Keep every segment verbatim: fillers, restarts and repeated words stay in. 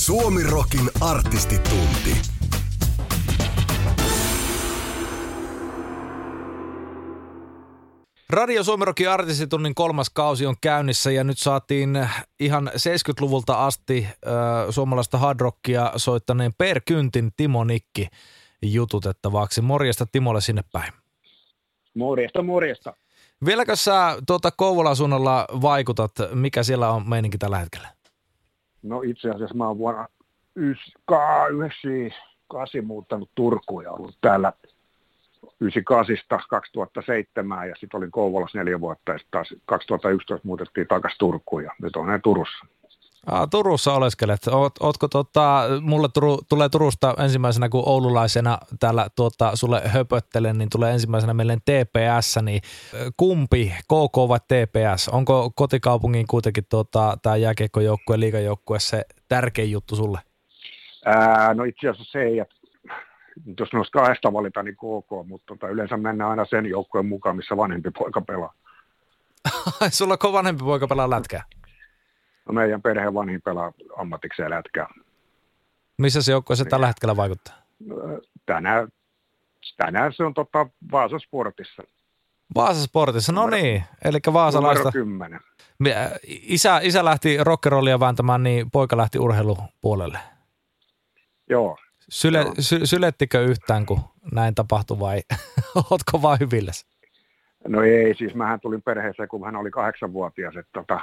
Suomi-rokin artistitunti. Radio Suomi-rokin artistitunnin kolmas kausi on käynnissä ja nyt saatiin ihan seitsemänkymmentäluvulta asti äh, suomalaista hardrockia soittaneen Per Kyntin Timo Nikki jututettavaksi. Morjesta Timolle sinne päin. Morjesta, morjesta. Vieläkö sä tuota Kouvolan suunnalla vaikutat? Mikä siellä on meininki tällä hetkellä? No itse asiassa mä oon vuonna yhdeksänkymmentäkahdeksan muuttanut Turkuun ja ollut täällä yhdeksänkymmentäkahdeksan kaksituhattaseitsemän ja sitten olin Kouvolassa neljä vuotta ja sitten taas kaksituhattayksitoista muutettiin takaisin Turkuun ja nyt olen Turussa. Aa, Turussa oleskelet. Oot, ootko tota, mulle Turu, tulee Turusta ensimmäisenä kun oululaisena täällä tuota, sulle höpöttelen, niin tulee ensimmäisenä meille T P S, niin kumpi, K K vai T P S? Onko kotikaupungin kuitenkin tuota, tämä jääkiekkojoukkue, liigajoukkue se tärkein juttu sulle? Ää, no itse asiassa se ei, että jos noista kahdesta valita, niin K K, mutta tota, yleensä mennään aina sen joukkueen mukaan, missä vanhempi poika pelaa. Sulla on vanhempi poika pelaa lätkää? No meidän perheen vanhin pelaa ammatikseen lätkää. Missä se joukkue se niin tällä hetkellä vaikuttaa? Tänään, tänään se on tota Vaasa Sportissa. Vaasa Sportissa, no numero, niin. Eli vaasalaista. Numero kymmenen. Isä, isä lähti rockerollia vääntämään, niin poika lähti urheilupuolelle. Joo. Syle, joo. Sy, sylettikö yhtään, kun näin tapahtui vai ootko vaan hyvilläsi? No ei, siis mähän tulin perheeseen, kun hän oli kahdeksanvuotias, että tota,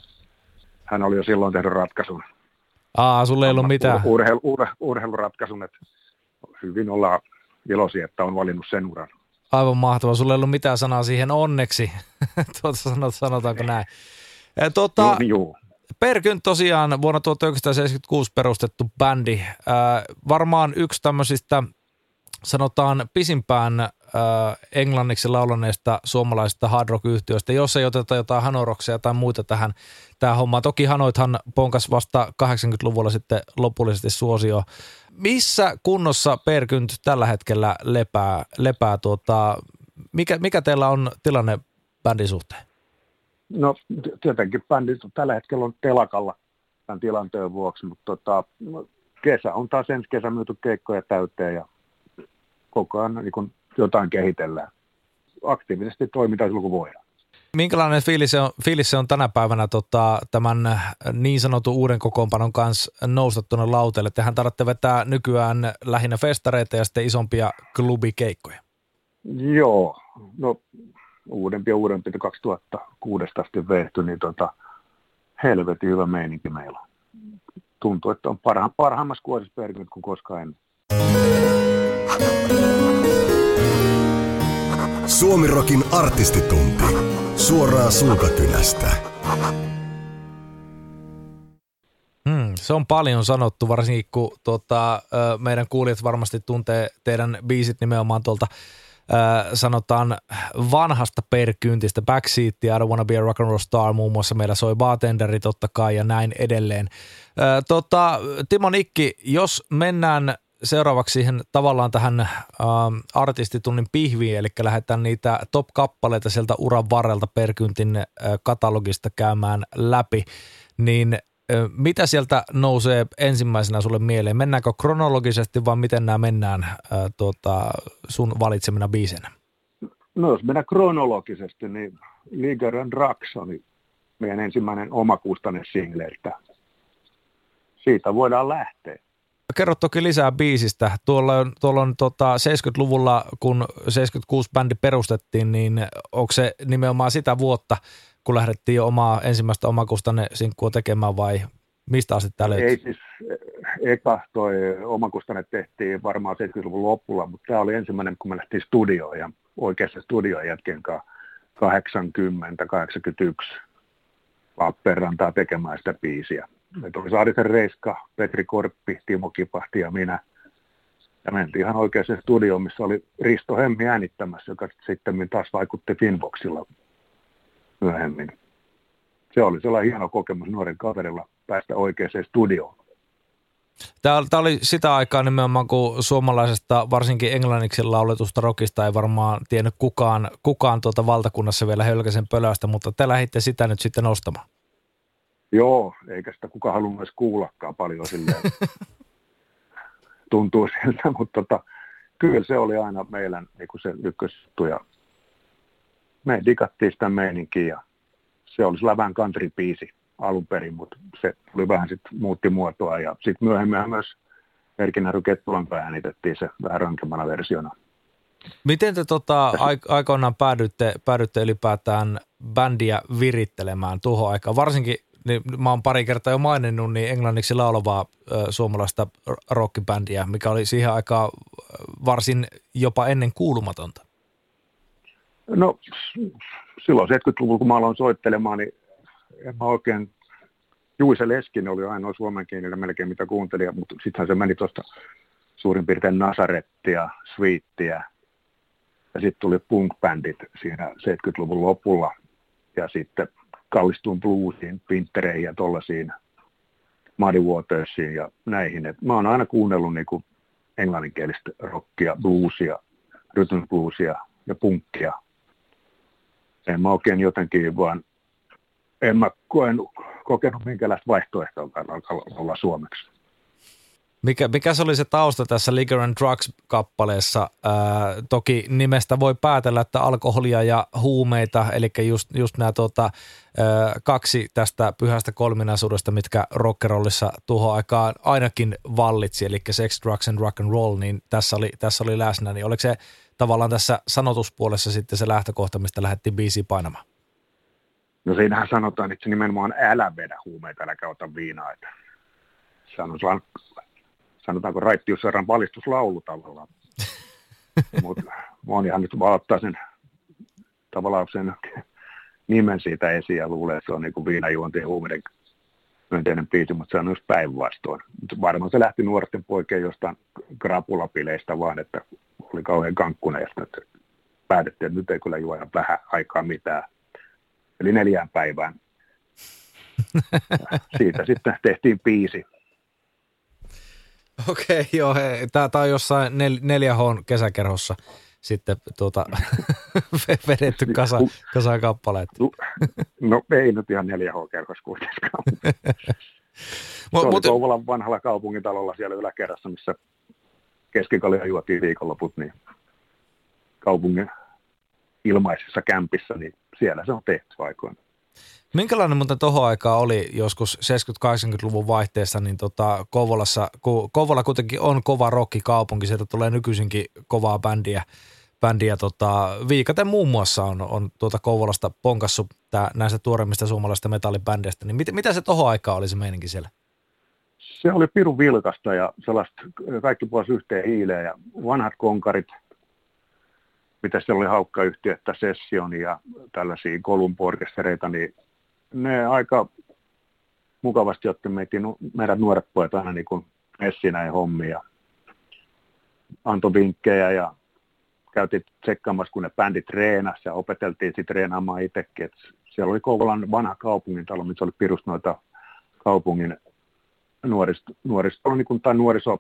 hän oli jo silloin tehnyt ratkaisun. Aa, sulla ei ollut mitään. Urheilu, ur, urheiluratkaisun, että hyvin ollaan iloisia, että on valinnut sen uran. Aivan mahtavaa. Sulla ei ollut mitään sanaa siihen onneksi. tuota, sanotaanko näin. E, tuota, joo, joo. Per Kynt tosiaan vuonna tuhatyhdeksänsataaseitsemänkymmentäkuusi perustettu bändi. Ää, varmaan yksi tämmöisistä, sanotaan pisimpään ää, englanniksi laulaneista suomalaisista hard rock-yhtiöistä, jos ei oteta jotain hanoroksia tai muita tähän, tähän hommaan. Toki hanoithan ponkas vasta kahdeksankymmentäluvulla sitten lopullisesti suosio. Missä kunnossa Per Kynt tällä hetkellä lepää? lepää tuota, mikä, mikä teillä on tilanne bändin suhteen? No tietenkin bändi tällä hetkellä on telakalla tämän tilanteen vuoksi, mutta tota, kesä on taas ensi kesä myyty keikkoja täyteen ja koko ajan niin kun jotain kehitellään. Aktiivisesti toimitaan silloin, kun voidaan. Minkälainen fiilis se on, fiilis se on tänä päivänä tota, tämän niin sanotun uuden kokoonpanon kanssa nousta tuonne lauteelle? Tehän tarvitsette vetää nykyään lähinnä festareita ja sitten isompia klubikeikkoja. Joo, no uudempi ja uudempi, kaksituhattakuusi asti vehty, niin tota, helvetin hyvä meininki meillä on. Tuntuu, että on parha, parhaimmassa kuosissa Per Kynt kuin koskaan ennen. Suomi-rokin artistitunti. Suoraan sulkakynästä. Hmm, se on paljon sanottu, varsinkin kun tuota, meidän kuulijat varmasti tuntee teidän biisit nimenomaan tuolta sanotaan vanhasta Per Kyntistä. Backseat, I don't wanna be a rock and roll star, muun muassa meillä soi Bartenderi totta kai ja näin edelleen. Tota, Timo Nikki, jos mennään seuraavaksi siihen tavallaan tähän äh, artistitunnin pihviin, eli lähdetään niitä top-kappaleita sieltä uran varrelta Per Kyntin äh, katalogista käymään läpi, niin äh, mitä sieltä nousee ensimmäisenä sulle mieleen? Mennäänkö kronologisesti vai miten nämä mennään äh, tuota, sun valitsemina biisenä? No jos mennään kronologisesti, niin Liger and Drugs oli meidän ensimmäinen omakustanne single, että siitä voidaan lähteä. Kerro toki lisää biisistä. Tuolla on, tuolla on tota seitsemänkymmentäluvulla, kun seitsemänkymmentäkuusi bändi perustettiin, niin onko se nimenomaan sitä vuotta, kun lähdettiin jo omaa, ensimmäistä omakustanne sinkkua tekemään vai mistä asti tämä löytyy? Ei siis, eka toi omakustanne tehtiin varmaan seitsemänkymmentäluvun lopulla, mutta tämä oli ensimmäinen, kun me lähtiin studioon ja oikeassa studioon jätkien kanssa kahdeksankymmentä kahdeksankymmentäyksi Lappeenrantaa tekemään sitä biisiä. Meitä oli Saarisen Reiska, Petri Korppi, Timo Kipahti ja minä. Ja mentiin ihan oikeaan studioon, missä oli Risto Hemmi äänittämässä, joka sitten taas vaikutti Finboxilla myöhemmin. Se oli sellainen hieno kokemus nuoren kaverilla päästä oikeaan studioon. Tämä oli sitä aikaa nimenomaan, kun suomalaisesta, varsinkin englanniksi lauletusta rockista ei varmaan tiennyt kukaan, kukaan tuota valtakunnassa vielä hölkäsen pölöstä, mutta te lähditte sitä nyt sitten nostamaan. Joo, eikä sitä kukaan halunnut edes kuullakaan paljon silleen. Tuntuu siltä, mutta tota, kyllä se oli aina meidän niin kuin se ykkösjuttu ja me digattiin sitä meininkiä ja se oli vähän country-biisi alun perin, mutta se tuli vähän sitten muutti muotoa ja sitten myöhemmin myös Erkin Kettulan äänitettiin se vähän rankemmana versiona. Miten te tota, aikoinaan päädyitte, päädyitte ylipäätään bändiä virittelemään tuohon aikaan? Varsinkin, niin mä oon pari kertaa jo maininnut, niin englanniksi laulavaa ö, suomalaista rockibändiä, mikä oli siihen aikaan varsin jopa ennen kuulumatonta. No silloin seitsemänkymmentäluvulla, kun mä aloin soittelemaan, niin en mä oikein, Juise Leskinen oli ainoa suomenkielinen melkein mitä kuuntelin, mutta sittenhän se meni tuosta suurin piirtein Nasarettia, Sweettiä ja sitten tuli punk-bändit siinä seitsemänkymmentäluvun lopulla ja sitten kallistuin bluesiin, Pintereihin ja tollaisiin Muddy Watersiin ja näihin. Et mä oon aina kuunnellut niinku englanninkielistä rockia, bluesia, rhythm bluesia ja punkkia. En mä oikein jotenkin vaan, en mä koen, kokenut minkälaista vaihtoehtoa alkaa olla suomeksi. Mikä, mikä se oli se tausta tässä Liquor and Drugs-kappaleessa? Ää, toki nimestä voi päätellä, että alkoholia ja huumeita, eli just, just nämä tota, ää, kaksi tästä pyhästä kolminaisuudesta, mitkä rockerollissa tuohon aikaan ainakin vallitsi, eli sex, drugs and rock and roll, niin tässä oli, tässä oli läsnä. Niin oliko se tavallaan tässä sanotuspuolessa sitten se lähtökohta, mistä lähdettiin biisiä painamaan? No siinähän sanotaan, että se nimenomaan älä vedä huumeita, äläkä ota viinaa. Että se on sanotaanko raittiusherran valistuslaulu tavallaan. Mutta monihan nyt vaan ottaa sen tavallaan sen nimen siitä esiin ja luulee, että se on niin kuin viinajuonti ja huumeiden myönteinen biisi, mutta se on just päinvastoin. Varmaan se lähti nuorten poikien jostain krapulapileistä vaan, että oli kauhean kankkunen ja sitten päätettiin, että nyt ei kyllä juoda vähän aikaa mitään. Eli neljään päivään. Siitä sitten tehtiin biisi. Okei, okay, joo, tämä on jossain nel, neljä H:n kesäkerhossa sitten tuota, vedetty kasa, kasaan kappaleet. No ei nyt ihan neljä H-kerhossa kuitenkaan. Se oli Kouvolan vanhalla kaupungintalolla siellä yläkerrassa, missä keskikalia juotiin viikonloput, niin kaupungin ilmaisessa kämpissä, niin siellä se on tehty aikoina. Minkälainen muuten tohon aikaa oli joskus seitsemänkymmentä-kahdeksankymmentäluvun vaihteessa, niin tota Kouvolassa, kun Kouvola kuitenkin on kova rockikaupunki, sieltä tulee nykyisinkin kovaa bändiä, bändiä tota, viikaten muun muassa on, on tuota Kouvolasta ponkassut tää, näistä tuoremmista suomalaisista metallibändeistä, niin mit, mitä se tohon aikaa oli se meininki siellä? Se oli pirun vilkasta ja sellaista, kaikki puolisi yhteen hiileen ja vanhat konkarit, mitä siellä oli haukkayhtiötä, Session ja tällaisia Columbo-orkestereita, niin ne aika mukavasti otti meidän nuoret pojat aina niin kuin messinä ja hommia. Antoi vinkkejä ja käytiin tsekkaamassa, kun ne bändit treenasi ja opeteltiin sitten treenaamaan itsekin. Et siellä oli Kouvolan vanha kaupungintalo, missä oli pirus noita kaupungin nuorista, nuorista niin kuin, tai nuoriso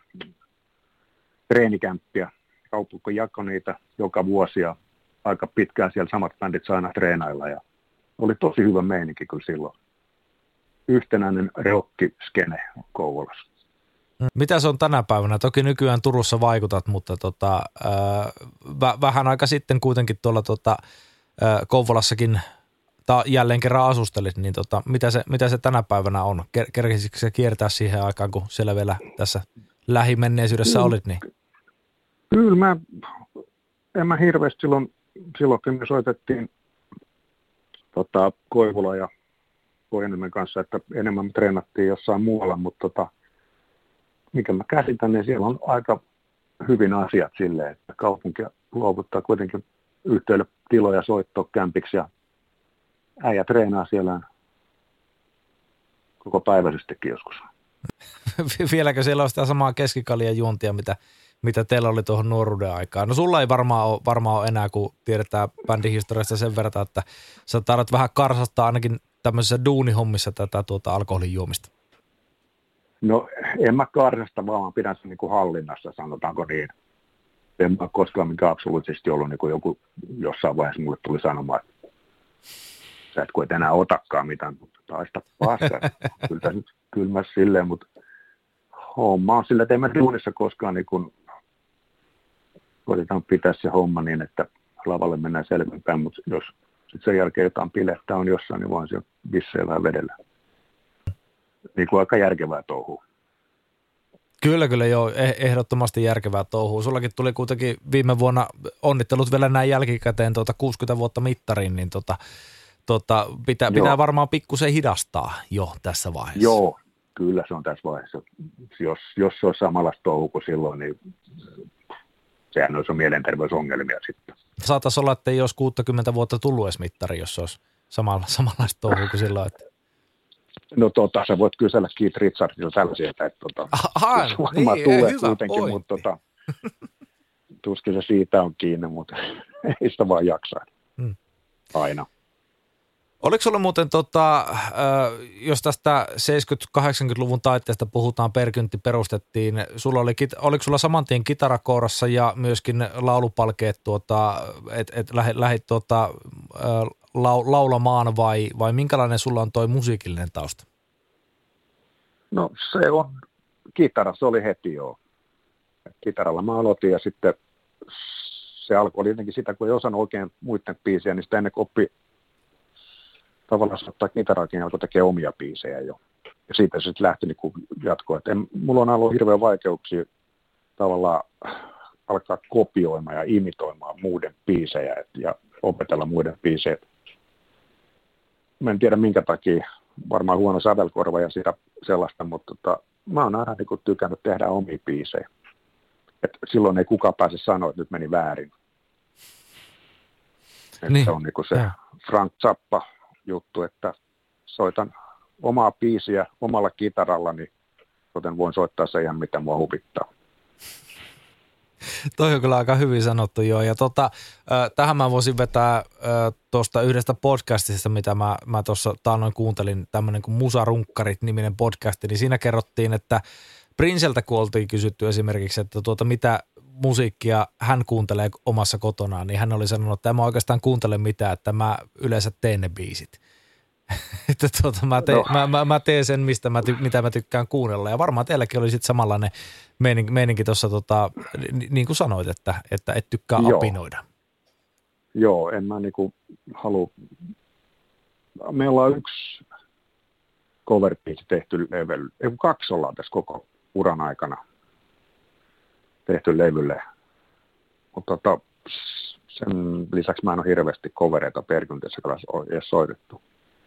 treenikämppiä. Kaupunki jakoi niitä joka vuosi ja aika pitkään siellä samat bändit sai aina treenailla ja oli tosi hyvä meininki kyllä silloin. Yhtenäinen rock-skene Kouvolassa. Mitä se on tänä päivänä? Toki nykyään Turussa vaikutat, mutta tota, ää, v- vähän aika sitten kuitenkin tuolla tota, ää, Kouvolassakin ta- jälleen kerran asustelit, niin tota, mitä, se, mitä se tänä päivänä on? Ker- kerkisikö se kiertää siihen aikaan, kun siellä vielä tässä lähimenneisyydessä olit? Niin? Kyllä mä, en mä hirveästi silloin, silloin kun me soitettiin tota, Koivula ja Koijaniemen kanssa, että enemmän me treenattiin jossain muualla, mutta tota, mikä mä käsitän, niin siellä on aika hyvin asiat silleen, että kaupunki luovuttaa kuitenkin yhteydelle tiloja soittoa kämpiksi ja äijä treenaa siellä koko päiväisestikin joskus. Vieläkö siellä on sitä samaa keskikaljan juontia, mitä, mitä teillä oli tuohon nuoruuden aikaan? No sulla ei varmaan ole, varmaan ole enää, kun tiedetään bändin historiasta sen verran, että sä tarvitset vähän karsastaa ainakin tämmöisessä duunihommissa tätä tuota alkoholin juomista. No en mä karsasta, vaan mä pidän sen niin kuin hallinnassa, sanotaanko niin. En mä koskaan mikään absoluuttisesti ollut niin kuin joku jossain vaiheessa mulle tuli sanomaan, että sä et koet enää otakaan mitään, mutta taista paskaa. Kyllä, kyllä mä silleen, mutta homma on sillä, että en mä duunissa koskaan niin kun koitetaan pitää se homma niin, että lavalle mennään selvinpäin, mutta jos sitten sen jälkeen jotain bilettä on jossain, niin vaan se bissejä vähän vedellä. Niin kuin aika järkevää touhua. Kyllä, kyllä joo, ehdottomasti järkevää touhua. Sullakin tuli kuitenkin viime vuonna onnittelut vielä näin jälkikäteen tuota kuusikymmentä vuotta mittariin, niin tota, tota, pitää, pitää varmaan pikkusen hidastaa jo tässä vaiheessa. Joo, kyllä se on tässä vaiheessa. Jos, jos se on samanlaista touhua kuin silloin, niin sehän olisi mielenterveysongelmia sitten. Saataisiin olla, että ei olisi kuusikymmentä vuotta tullut edes mittari, jos se olisi samalla, samanlaista touhua kuin silloin. Että... No tota, sä voit kysellä Keith Richardsilta tällaisia, että tota, Aha, varmaan niin, tulee hyvä kuitenkin, pointti. mutta tota, tuskin se siitä on kiinni, mutta ei sitä vaan jaksaa. Hmm. Aina. Oliko sulla muuten, tota, jos tästä seitsemänkymmentä-kahdeksankymmentäluvun taitteesta puhutaan, perkyntti perustettiin, sulla oli, oliko sulla saman tien kitarakourassa ja myöskin laulupalkeet, tuota, että et lähdit, lähdit tuota, laulamaan vai, vai minkälainen sulla on toi musiikillinen tausta? No se on, kitara, se oli heti joo. Kitaralla mä aloitin ja sitten se alkoi oli jotenkin sitä, kun ei osannut oikein muiden biisejä, niin sitä ennen kuin oppi tavallaan ottaa kitaraakin, alkoi tekemään omia biisejä jo. Ja siitä se sitten lähti niin jatkoa. En, mulla on ollut hirveän vaikeuksia tavallaan alkaa kopioimaan ja imitoimaan muiden biisejä et, ja opetella muiden biisejä. Mä en tiedä minkä takia, varmaan huono sävelkorva ja sitä sellaista, mutta tota, mä oon aina niin tykännyt tehdä omia biisejä. Et silloin ei kukaan pääse sanoa, että nyt meni väärin. Niin. Se on niin se ja. Frank Zappa juttu, että soitan omaa biisiä omalla kitaralla, niin joten voin soittaa se ihan mitä mua huvittaa. Toi on kyllä aika hyvin sanottu joo. Ja tota, äh, tähän mä voisin vetää äh, tuosta yhdestä podcastista, mitä mä, mä tuossa taannoin kuuntelin, tämmöinen kuin Musarunkkarit-niminen podcasti, niin siinä kerrottiin, että Princeltä kun oltiin kysytty esimerkiksi, että tuota, mitä musiikkia hän kuuntelee omassa kotonaan, niin hän oli sanonut, että mä oikeastaan kuuntele mitään, että mä yleensä teen ne biisit. että tuota, mä, teen, no. mä, mä, mä teen sen, mistä mä, mitä mä tykkään kuunnella. Ja varmaan teilläkin oli sitten samanlainen meininki, meininki tuossa, tota, niin kuin sanoit, että, että et tykkää Joo. apinoida. Joo, en mä niinku halua. Meillä on yksi cover-biisi tehty levylle. Ei kaksi ollaan tässä koko uran aikana tehty levylle. Mutta tota, sen lisäksi mä en ole hirveästi covereita perkyntissä edes soitettu.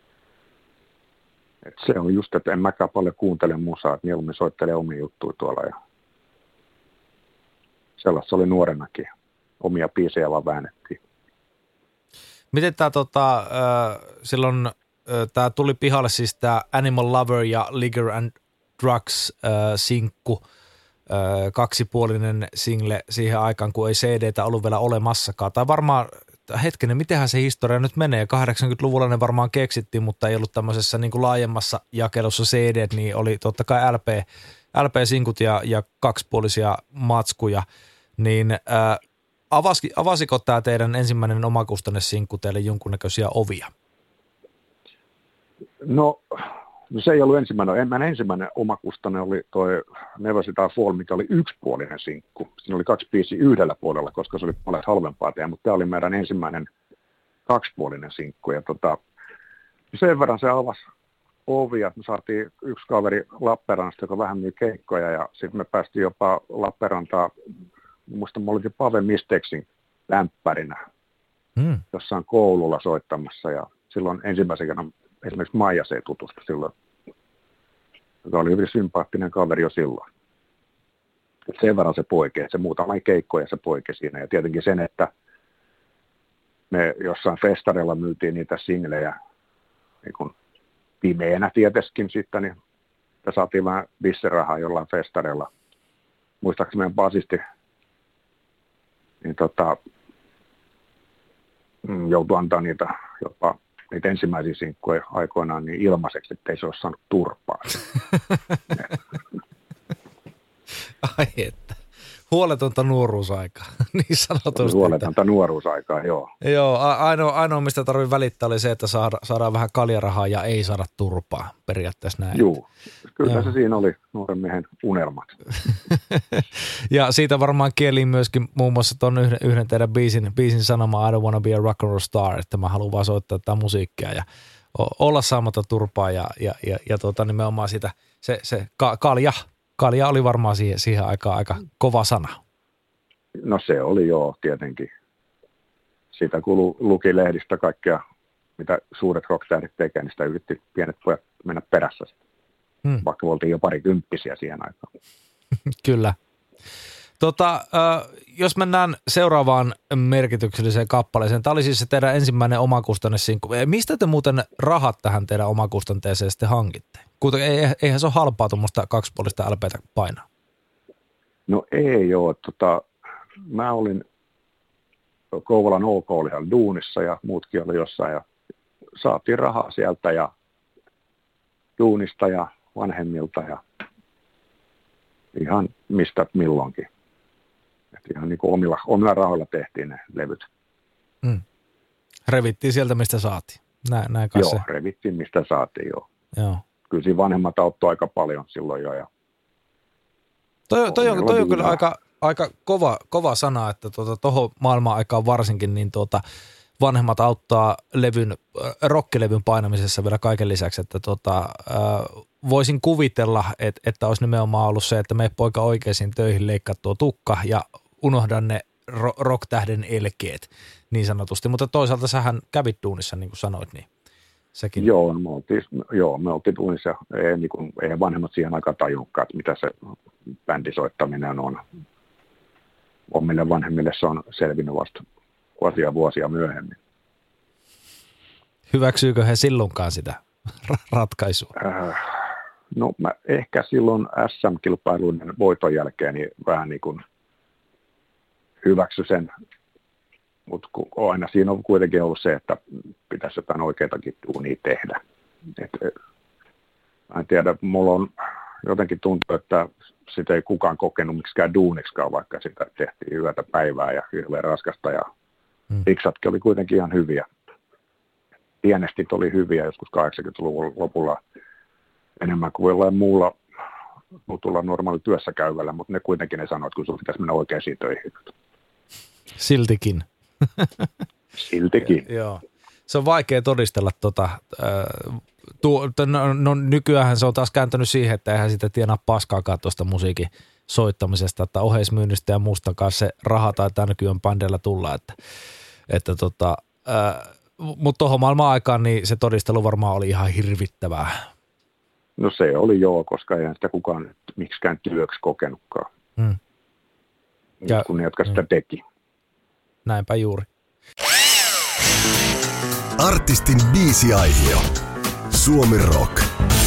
Et se on just, että en mäkään paljon kuuntele musaa, että mieluummin soittelee omia juttuja tuolla. Ja sellaista oli nuorenakin. Omia biisejä vaan väännettiin. Miten tämä tota, silloin tämä tuli pihalle siis tämä Animal Lover ja Liquor and Drugs äh, sinkku, äh, kaksipuolinen single siihen aikaan, kun ei C D:tä ollut vielä olemassakaan. Tai varmaan, hetkinen, mitenhän se historia nyt menee? kahdeksankymmentäluvulla ne varmaan keksittiin, mutta ei ollut tämmöisessä niin kuin laajemmassa jakelussa C D, niin oli totta kai L P, L P-sinkut ja, ja kaksipuolisia matskuja. Niin äh, avasi, avasiko tämä teidän ensimmäinen omakustanne-sinkku teille jonkunnäköisiä ovia? No, no se ei ollut ensimmäinen. En, ensimmäinen omakustanne oli toi Never Sit I Fall, mikä oli yksipuolinen sinkku. Siinä oli kaksi biisiä yhdellä puolella, koska se oli paljon halvempaa tehdä, mutta tämä oli meidän ensimmäinen kaksipuolinen sinkku. Ja tota, sen verran se avasi ovia. Me saatiin yksi kaveri Lappeenrannasta, joka vähän myi keikkoja, ja sitten me päästiin jopa Lappeenrantaa, muista me olikin Pave Misteksin lämpärinä mm. jossain koululla soittamassa, ja silloin ensimmäisen kerran esimerkiksi Maija se ei tutustu silloin, joka oli hyvin sympaattinen kaveri jo silloin. Et sen verran se poikee, se muutama keikkoja se poikee siinä. Ja tietenkin sen, että me jossain festareilla myytiin niitä singlejä niin kun pimeänä tietenkin sitten, niin saatiin vähän bisserahaa jollain festareilla. Muistaakseni meidän basisti niin tota, joutui antaa niitä jopa niitä ensimmäisiä sinkkuja aikoinaan niin ilmaiseksi, ettei se ole saanut turpaa. Ai että, Huoletonta nuoruusaikaa, niin sanotusti. Huoletonta nuoruusaikaa, joo. Joo, ainoa, ainoa mistä tarvitsin välittää oli se, että saada, saadaan vähän kaljarahaa ja ei saada turpaa periaatteessa näin. Joo, kyllä joo. Se siinä oli nuoren miehen unelmat. Ja siitä varmaan kieliin myöskin muun muassa tuon yhden, yhden teidän biisin, biisin sanoma I don't wanna be a rock and roll star, että mä haluan vaan soittaa tätä musiikkia ja olla saamatta turpaa ja, ja, ja, ja tota, nimenomaan sitä, se, se ka, kalja, kalja oli varmaan siihen, siihen aikaan aika kova sana. No se oli joo, tietenkin. Siitä kun luki lehdistä kaikkea, mitä suuret rocktähdit tekee, niin sitä yritti pienet pojat mennä perässä. Hmm. Vaikka oltiin jo parikymppisiä siihen aikaan. Kyllä. Tota, äh, jos mennään seuraavaan merkitykselliseen kappaleeseen. Tämä oli siis se teidän ensimmäinen omakustanne-sinkku. Mistä te muuten rahat tähän teidän omakustanteeseen sitten hankitte? Kuitenkin eihän se ole halpaa tuommoista kaksipuolista L P:tä painaa. No ei ole. Tota, mä olin Kouvolan O K oli ihan duunissa ja muutkin oli jossain. Ja saatiin rahaa sieltä ja duunista ja vanhemmilta ja ihan mistä milloinkin. Et ihan niin kuin omilla, omilla rahoilla tehtiin ne levyt. Mm. Revittiin sieltä, mistä saatiin. Näin, näin joo, se. revittiin, mistä saatiin, joo. joo. Kyllä siinä vanhemmat auttoi aika paljon silloin jo. Ja toi, toi, on, toi on kyllä aika, aika kova, kova sana, että tuohon tuota, maailman aikaan varsinkin niin tuota, vanhemmat auttaa levyn, rockilevyn painamisessa vielä kaiken lisäksi, että tuota, äh, voisin kuvitella, että, että olisi nimenomaan ollut se, että mene poika oikeisiin töihin, leikkaa tuo tukka ja unohda ne ro- rock-tähden elkeet niin sanotusti. Mutta toisaalta sähän kävit duunissa, niin kuin sanoit, niin sekin. Joo, me oltiin, joo, me oltiin duunissa. Ei, niin kuin, ei vanhemmat siihen aikaan tajunnutkaan, että mitä se bändisoittaminen on. Omille vanhemmille se on selvinnyt vasta vuosia vuosia myöhemmin. Hyväksyykö he silloinkaan sitä ratkaisua? Äh, no mä ehkä silloin S M-kilpailuiden voiton jälkeen niin vähän niin kuin hyväksy sen, mutta aina siinä on kuitenkin ollut se, että pitäisi jotain oikeatakin duunia tehdä. Et, mä en tiedä, mulla on jotenkin tuntuu, että sitä ei kukaan kokenut miksikään duuniksikaan, vaikka sitä tehtiin yötä päivää ja hirveän raskasta ja hmm. piksatkin oli kuitenkin ihan hyviä. Pienestit oli hyviä joskus kahdeksankymmentäluvun lopulla enemmän kuin jollain muulla tulla normaali työssä käyvällä, mutta ne kuitenkin ne sanoo, että kun sun pitäisi mennä oikeisiin töihin. Siltikin. Siltikin. Joo. Se on vaikea todistella tota, äh, tuo, no, no nykyäänhän se on taas kääntänyt siihen, että eihän sitä tienaa paskaakaan tuosta musiikin soittamisesta, että oheismyynnistä ja muustakaan se raha taitaa nykyään bändeillä tulla, että, että tota, äh, mutta tuohon maailman aikaan niin se todistelu varmaan oli ihan hirvittävää. No se oli joo, koska ei sitä kukaan miksikään työksi kokenutkaan. Hmm. Ja, kun ne, jotka sitä hmm. teki. Näinpä juuri. Artistin biisiaihio. Suomi Rock.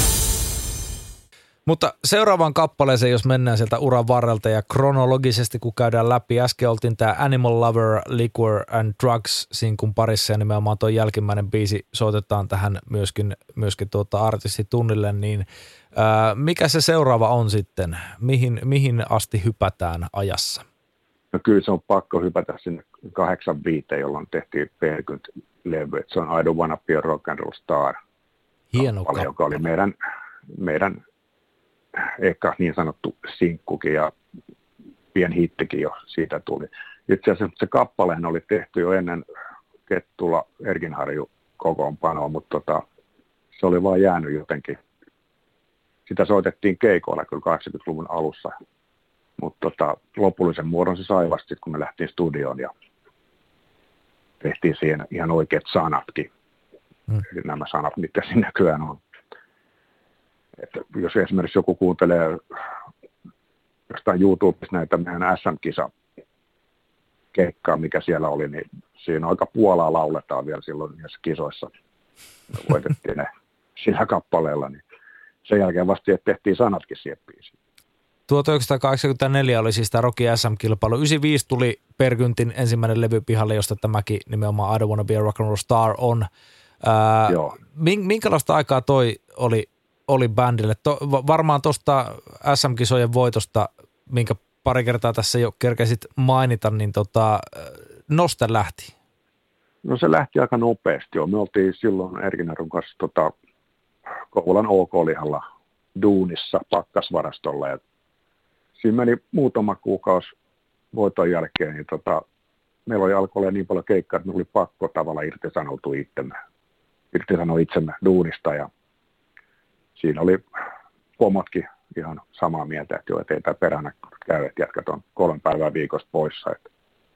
Mutta seuraavaan kappaleeseen, jos mennään sieltä uran varrelta ja kronologisesti, kun käydään läpi. Äsken oltiin tämä Animal Lover, Liquor and Drugs sinkun parissa ja nimenomaan tuo jälkimmäinen biisi soitetaan tähän myöskin, myöskin tuota artistitunnille. Niin, ää, mikä se seuraava on sitten? Mihin, mihin asti hypätään ajassa? No kyllä se on pakko hypätä sinne kahdeksankymmentäviisi, jolloin tehtiin Perkynt-levy. Se on I don't wanna be a rock and roll star. Hieno kappale, joka oli meidän, meidän eka niin sanottu sinkkukin ja pieni hittikin jo siitä tuli. Itse asiassa se kappaleen oli tehty jo ennen Kettula Erkinharju kokoonpanoa, mutta tota, se oli vaan jäänyt jotenkin. Sitä soitettiin keikoilla kyllä kahdeksankymmentäluvun alussa, mutta tota, lopullisen muodon se sai vasta, kun me lähtiin studioon ja tehtiin siihen ihan oikeat sanatkin. Hmm. Eli nämä sanat, mitkä siinä nykyään on. Että jos esimerkiksi joku kuuntelee jostain YouTubessa näitä meidän S M-kisa keikkaa, mikä siellä oli, niin siinä aika Puolaa lauletaan vielä silloin niissä kisoissa. Me voitettiin ne sillä kappaleella, niin sen jälkeen vasta tehtiin sanatkin siihen biisiin. tuhatyhdeksänsataakahdeksankymmentäneljä oli siis tämä Rocky S M-kilpailu. yhdeksänkymmentäviisi tuli Perkyntin ensimmäinen levy pihalle, josta tämäkin nimenomaan I don't wanna be a rock and roll star on. Ää, minkälaista aikaa toi oli, oli bändille? To, varmaan tuosta S M-kisojen voitosta, minkä pari kertaa tässä jo kerkesit mainita, niin tota, noste lähti. No se lähti aika nopeasti jo. Me oltiin silloin Erkinarun kanssa tota, Kouvolan O K-lihalla duunissa pakkasvarastolla. Ja siinä meni muutama kuukausi voiton jälkeen, niin tota, meillä oli alkoi olla niin paljon keikkaa, että me oli pakko tavallaan irtisanoutua itsemme, irtisanoa itsemme duunista. Ja siinä oli pomotkin ihan samaa mieltä, että joo, ettei tämä peränä käy, että jätkät on kolme päivää viikosta poissa. Että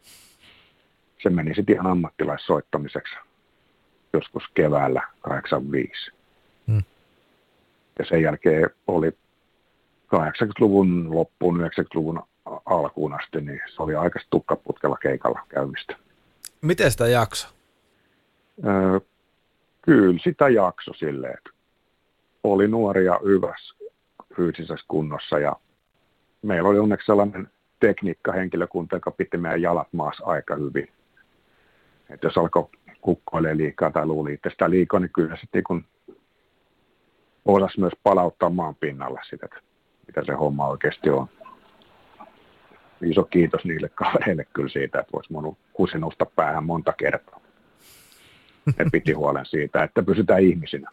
se meni sitten ihan ammattilaissoittamiseksi joskus keväällä kahdeksankymmentäviisi. Hmm. Ja sen jälkeen oli kahdeksankymmentäluvun loppuun, yhdeksänkymmentäluvun alkuun asti, niin se oli aika tukkaputkella keikalla käymistä. Miten sitä jakso? Öö, kyllä sitä jakso silleen, että oli nuori ja hyvässä fyysisessä kunnossa ja meillä oli onneksi sellainen tekniikkahenkilökunta, joka piti meidän jalat maassa aika hyvin. Että jos alkoi kukkoilee liikaa tai luuli itse sitä liikaa, niin kyllä sitten niin osasi myös palauttaa maan pinnalla sitä, että mitä se homma oikeasti on. Iso kiitos niille kavereille kyllä siitä, että voisi minun kusi nousta päähän monta kertaa. Ne piti huolen siitä, että pysytään ihmisinä.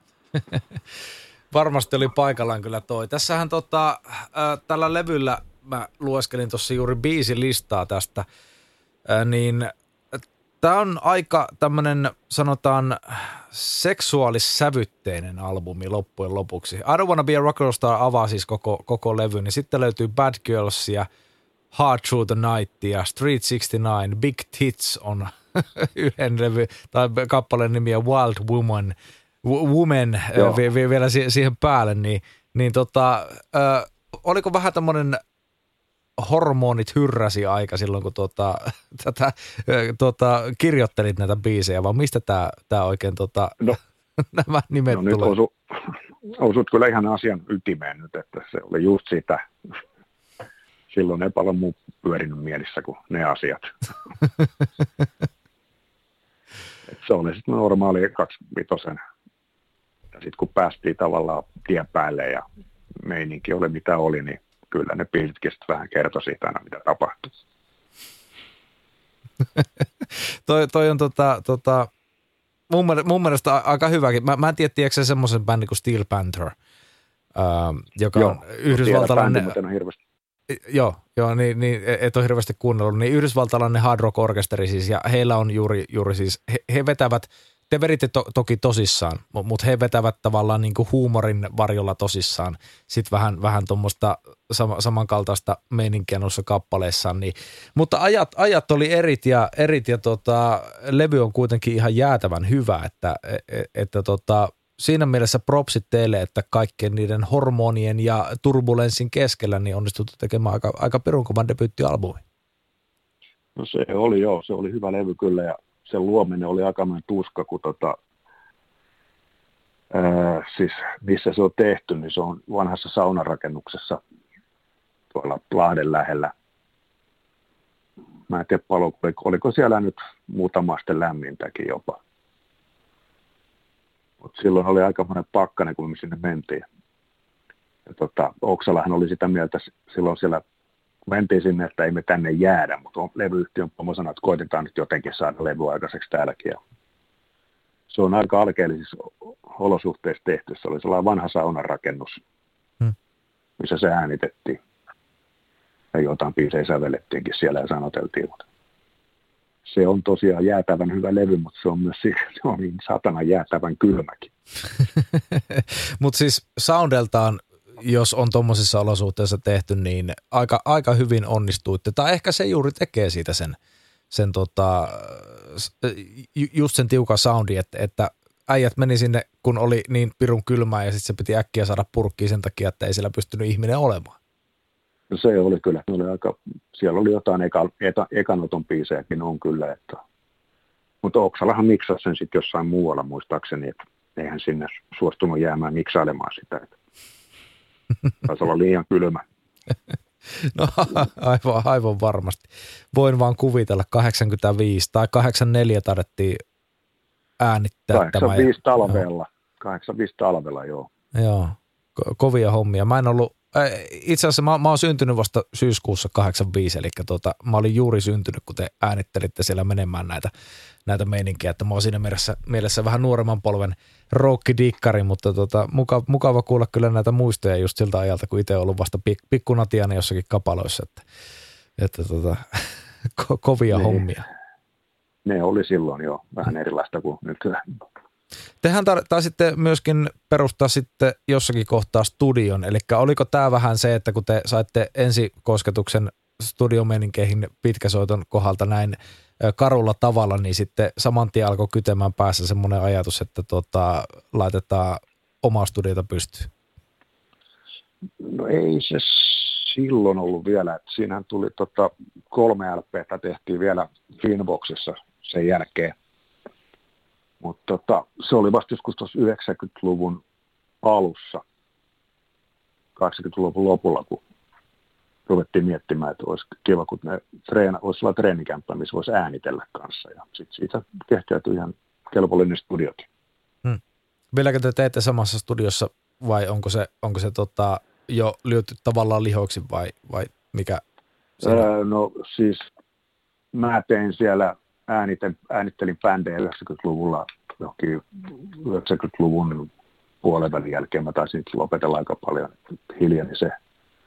Varmasti oli paikallaan kyllä toi. Tässähän tota, äh, tällä levyllä, mä lueskelin tuossa juuri biisilistaa tästä, äh, niin tämä on aika tämmöinen, sanotaan, seksuaalissävytteinen albumi loppujen lopuksi. I Don't Wanna Be a Rockstar avaa siis koko, koko levy, niin sitten löytyy Bad Girls ja Hard Through the Night ja Street kuusikymmentäyhdeksän, Big Tits on yhden levy, tai kappaleen nimi on Wild Woman, Woman v- v- vielä si- siihen päälle, niin, niin tota, ö, oliko vähän tämmöinen hormonit hyrräsi aika silloin, kun tuota, tätä, tuota, kirjoittelit näitä biisejä, vaan mistä tämä, tämä oikein tuota, no, nämä nimet no tulee? Nyt osu, osut kyllä ihan asian ytimeen nyt, että se oli just sitä. Silloin ei paljon muu pyörinyt mielissä kuin ne asiat. Et se oli sitten normaali kaksivitosen. Ja sitten kun päästiin tavallaan tien päälle ja meininki oli mitä oli, niin kyllä ne biisitkin vähän kertoi siitä aina, mitä tapahtui. toi, toi on tota, tota, mun, mielestä, mun mielestä aika hyväkin. Mä, mä en tiedä, tiedätkö semmoisen bändin kuin Steel Panther, äh, joka joo, on yhdysvaltalainen. Bändi, on hirveästi. Joo, joo niin, niin, et ole hirveästi kuunnellut. Niin yhdysvaltalainen hard rock orkesteri siis, ja heillä on juuri, juuri siis, he, he vetävät, te veritte to, toki tosissaan, mutta he vetävät tavallaan niin kuin huumorin varjolla tosissaan. Sitten vähän, vähän tuommoista sama, samankaltaista meininkiä noissa kappaleissaan. Niin. Mutta ajat, ajat oli erit ja, erit ja tota, levy on kuitenkin ihan jäätävän hyvä, että, että tota, siinä mielessä propsit teille, että kaikkien niiden hormonien ja turbulenssin keskellä niin onnistuttu tekemään aika, aika pirunkovan debyyttialbumi. No se oli joo, se oli hyvä levy kyllä ja sen luominen oli aikamoinen tuska, kun tota, ää, siis missä se on tehty, niin se on vanhassa saunarakennuksessa tuolla Lahden lähellä. Mä en tiedä paljon, oliko siellä nyt muutama aste lämmintäkin jopa. Mutta silloin oli aikamoinen pakkanen, kun me sinne mentiin. Ja tota, Oksalahan oli sitä mieltä silloin siellä, mentiin sinne, että ei me tänne jäädä, mutta levyyhtiön pomo sanoi, että koitetaan nyt jotenkin saada levy aikaiseksi täälläkin. Ja se on aika alkeellisissa olosuhteissa tehty. Se oli sellainen vanha saunarakennus, hmm. missä se äänitettiin. Ja jotain biisejä sävellettiinkin siellä ja sanoteltiin. Se on tosiaan jäätävän hyvä levy, mutta se on myös se on niin satana jäätävän kylmäkin. Mutta siis soundeltaan, jos on tuommoisissa olosuhteissa tehty, niin aika, aika hyvin onnistuitte. Tai ehkä se juuri tekee siitä sen, sen tota, just sen tiukan soundi, että, että äijät meni sinne, kun oli niin pirun kylmää ja sitten se piti äkkiä saada purkkiin sen takia, että ei siellä pystynyt ihminen olemaan. No se oli kyllä. Oli aika, siellä oli jotain eka, eka, ekanoton biisejäkin on kyllä. Että, mutta Oksalahan miksasi sen sitten jossain muualla muistaakseni, että eihän sinne suostunut jäämään miksailemaan sitä. Että taisi olla liian kylmä. No aivan, aivan varmasti. Voin vaan kuvitella kahdeksankymmentäviisi tai kahdeksankymmentäneljä taidettiin äänittää. kahdeksankymmentäviisi talvella. kahdeksankymmentäviisi talvella, joo. Joo, ko- kovia hommia. Mä en ollut itse asiassa mä, mä oon syntynyt vasta syyskuussa kahdeksankymmentäviisi, eli tota, mä olin juuri syntynyt, kun te äänittelitte siellä menemään näitä, näitä meininkejä, että mä oon siinä mielessä, mielessä vähän nuoremman polven rockkidikkari, mutta tota, mukava, mukava kuulla kyllä näitä muistoja just siltä ajalta, kun itse on ollut vasta pik, pikkunatiana jossakin kapaloissa, että, että tota, ko, kovia ne, hommia. Ne oli silloin jo vähän erilaista kuin nykyään. Tehän taisitte myöskin perustaa sitten jossakin kohtaa studion, eli oliko tämä vähän se, että kun te saitte ensikosketuksen studiomeninkeihin pitkäsoiton kohdalta näin karulla tavalla, niin sitten saman tien alkoi kytemään päässä semmoinen ajatus, että tota, laitetaan omaa studiota pystyyn? No ei se silloin ollut vielä, että siinähän tuli tota kolme L P:tä tehtiin vielä Finboxissa sen jälkeen. Mutta tota, se oli vasta joskus tuossa yhdeksänkymmentäluvun alussa, kaksikymmentäluvun lopulla, kun ruvettiin miettimään, että olisi kiva, kun ne treena, olisi sellainen treenikämppä, missä voisi äänitellä kanssa. Ja sitten siitä kehkeytyi ihan kelpollinen studiokin. Hmm. Vieläkö te teette samassa studiossa vai onko se, onko se tota, jo lyöty tavallaan lihoiksi vai, vai mikä? Öö, no siis mä tein siellä Ääniten, äänittelin bändejä yhdeksänkymmentäluvulla, johonkin yhdeksänkymmentäluvun puolenvälin jälkeen mä taisin lopetella aika paljon, hiljeni se.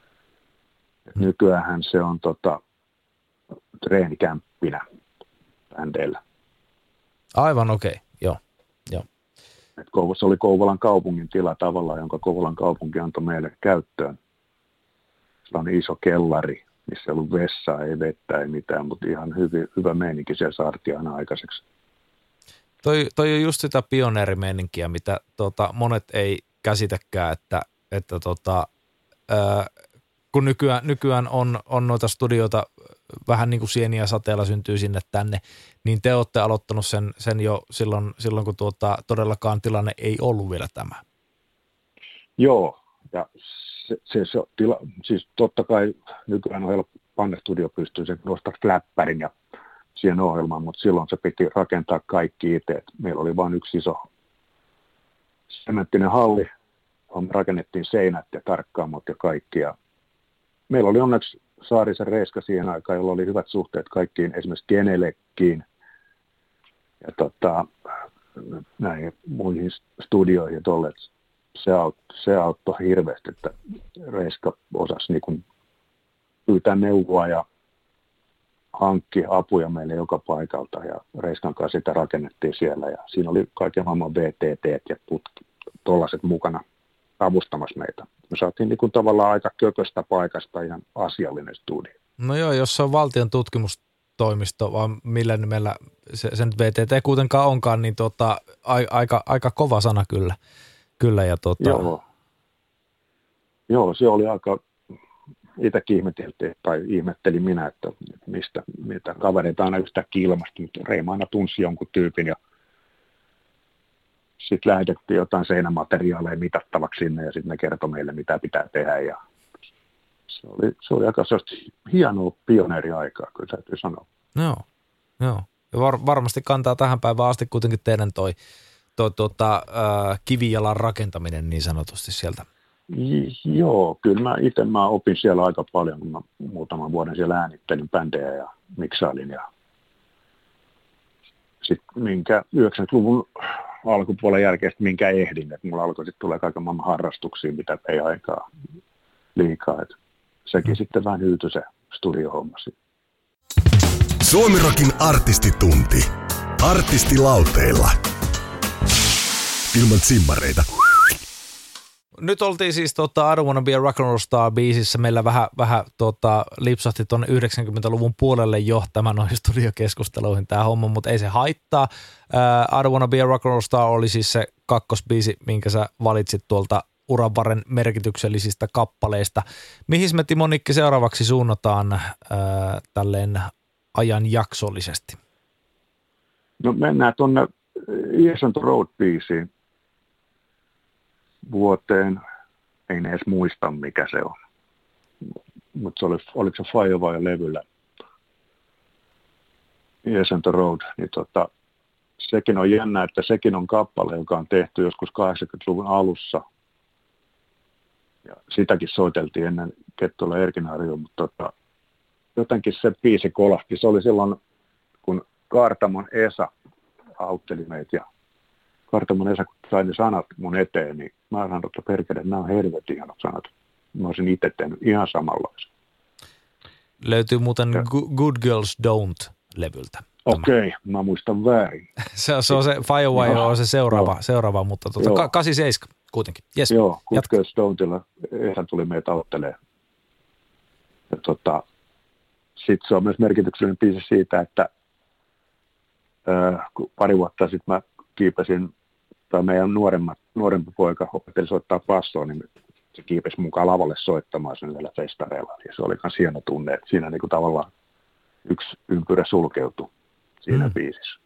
Mm. Nykyäänhän se on tota, treenikämppinä bändeillä. Aivan okei, okay. Joo. Joo. Et se oli Kouvolan kaupungin tila tavallaan, jonka Kouvolan kaupunki antoi meille käyttöön. Se on iso kellari, missä ei ollut vessaa, ei vettä, ei mitään, mutta ihan hyvin, hyvä meininki siellä saatiin aina aikaiseksi. Toi, toi on just sitä pioneerimeininkiä, mitä tota, monet ei käsitäkään, että, että tota, ää, kun nykyään, nykyään on, on noita studioita vähän niin kuin sieniä sateella syntyy sinne tänne, niin te olette aloittanut sen, sen jo silloin, silloin kun tuota, todellakaan tilanne ei ollut vielä tämä. Joo, ja se, se, se tila, siis totta kai nykyään on helppo, Panne-studio pystyy sen nostaa fläppärin ja siihen ohjelmaan, mutta silloin se piti rakentaa kaikki itse. Meillä oli vain yksi iso sementtinen halli, johon me rakennettiin seinät ja tarkkaamot ja kaikki. Ja meillä oli onneksi Saarisen Reiska siihen aikaan, jolla oli hyvät suhteet kaikkiin, esimerkiksi Genelekiin ja tota, näihin muihin studioihin ja tolleen. Se auttoi, se auttoi hirveästi, että Reiska osasi niin kuin pyytää neuvoa ja hankki apuja meille joka paikalta ja Reiskan kanssa sitä rakennettiin siellä ja siinä oli kaiken maailman V T T ja tuollaiset mukana avustamassa meitä. Me saatiin niin kuin tavallaan aika kököstä paikasta ihan asiallinen studio. No joo, jos se on valtion tutkimustoimisto, vaan millä nimellä se, se nyt V T T kuitenkaan onkaan, niin tota, a, aika, aika kova sana kyllä. kyllä ja tota... Joo. Joo, se oli aika... Itsekin ihmeteltiin, tai ihmettelin minä, että mistä, mitä kavereita aina yhtäkkiä ilmasti, mutta Reima aina tunsi jonkun tyypin ja sitten lähetettiin jotain seinämateriaaleja mitattavaksi sinne ja sitten ne kertoi meille, mitä pitää tehdä ja se oli, se oli aika hienoa pioneeriaikaa, kyllä täytyy sanoa. Joo, joo. Ja var, varmasti kantaa tähän päivään asti kuitenkin teidän toi, toi tuota, äh, kivijalan rakentaminen niin sanotusti sieltä. Joo, kyllä mä itse mä opin siellä aika paljon, kun mä muutaman vuoden siellä äänittelin bändejä ja miksailin ja sitten minkä yhdeksänkymmentäluvun alkupuolen jälkeen minkä ehdin, että mulla alkoi sitten tulla kaiken maailman harrastuksia, mitä ei aikaa liikaa, että sekin mm. sitten vähän hyytyi se studiohomma. Suomirokin artistitunti. Artistilauteilla. Ilman simmareita. Nyt oltiin siis tota, I Don't Wanna Be a Rock'n'Roll Star -biisissä. Meillä vähän, vähän tota, lipsahti tuonne yhdeksänkymmentäluvun puolelle jo tämän noihin studiokeskusteluihin tämä homma, mutta ei se haittaa. Uh, I Don't Wanna Be a Rock'n'Roll Star oli siis se kakkosbiisi, minkä sä valitsit tuolta uran varren merkityksellisistä kappaleista. Mihin me, Timo Nikki, seuraavaksi suunnataan uh, tälleen ajanjaksollisesti? No mennään tuonne Years on the Road-biisiin. Vuoteen, en edes muista mikä se on, mutta se oli, oliko se Firewire-levyllä, Years on the Road, niin tota, sekin on jännä, että sekin on kappale, joka on tehty joskus kahdeksankymmentäluvun alussa, Ja sitäkin soiteltiin ennen Kettulla Erkinaarioa, mutta tota, jotenkin se biisi kolahti. Se oli silloin, kun Kaartamon Esa autteli meitä ja Kaartamon Esa, kun sai ne sanat mun eteen, niin mä sanoin, että perkele, nämä on helvetin hienot sanat. Mä olisin itse tehnyt ihan samanlaisen. Löytyy muuten ja. Good Girls Don't-levyltä. Okei, okay, mä muistan väärin. se, se on se, Firewire no, on se seuraava, no. seuraava mutta tuota, kahdeksankymmentäseitsemän kuitenkin. Yes. Joo, Good Girls Don'tilla Esa tuli meitä auttelemaan. Ja tota, sitten se on myös merkityksellinen biisi siitä, että ää, pari vuotta sitten mä kiipesin, tai meidän nuoremmat, nuorempi poika opetteli soittaa bassoa, niin se kiipesi mukaan lavalle soittamaan sen näillä festareilla. Ja se oli myös hieno tunne, että siinä niinku tavallaan yksi ympyrä sulkeutui siinä mm. biisissä.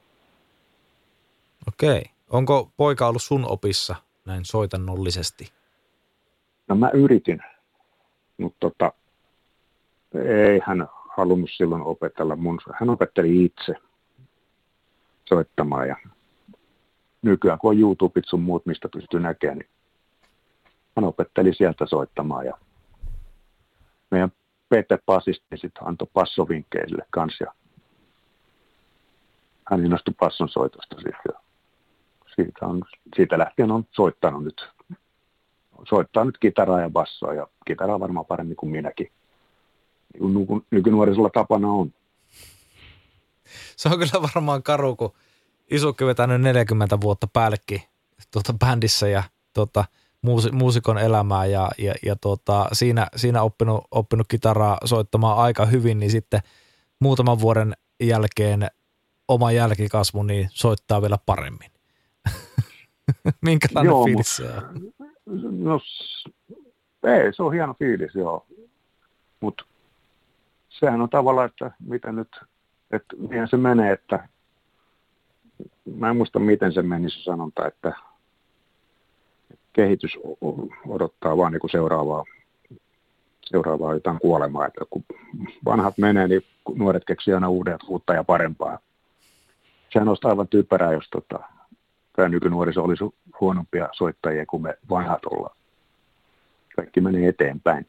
Okei. Onko poika ollut sun opissa näin soitannollisesti? No mä yritin, mutta tota, ei hän halunnut silloin opetella mun. Hän opetteli itse soittamaan ja nykyään kun on YouTubet sun muut, mistä pystyy näkemään, niin hän opetteli sieltä soittamaan ja meidän Pete Pasisti sitten antoi passovinkkejä sille kanssa ja hän innostui passon soitosta sitten. Siitä, on, siitä lähtien on soittanut nyt, soittaa nyt kitaraa ja bassoa ja kitaraa varmaan paremmin kuin minäkin. Niin kuin nykynuorisolla tapana on. Se on kyllä varmaan karu, kun isukki vetänyt neljäkymmentä vuotta päällekin tuota bändissä ja tuota, muusikon elämää ja, ja, ja tuota, siinä, siinä oppinut, oppinut kitaraa soittamaan aika hyvin, niin sitten muutaman vuoden jälkeen oma jälkikasvu niin soittaa vielä paremmin. Minkälainen joo, fiilis se on? No, ei, se on hieno fiilis, joo. Mutta sehän on tavallaan, että miten nyt, että miten se menee, että mä en muista miten se meni se sanonta, että kehitys odottaa vaan niin kuin seuraavaa, seuraavaa jotain kuolemaa, että kun vanhat menee, niin nuoret keksii aina uudet, uutta ja parempaa. Sehän olisi aivan typerää, jos tota, tämä nykynuoriso olisi huonompia soittajia kuin me vanhat ollaan. Kaikki menee eteenpäin.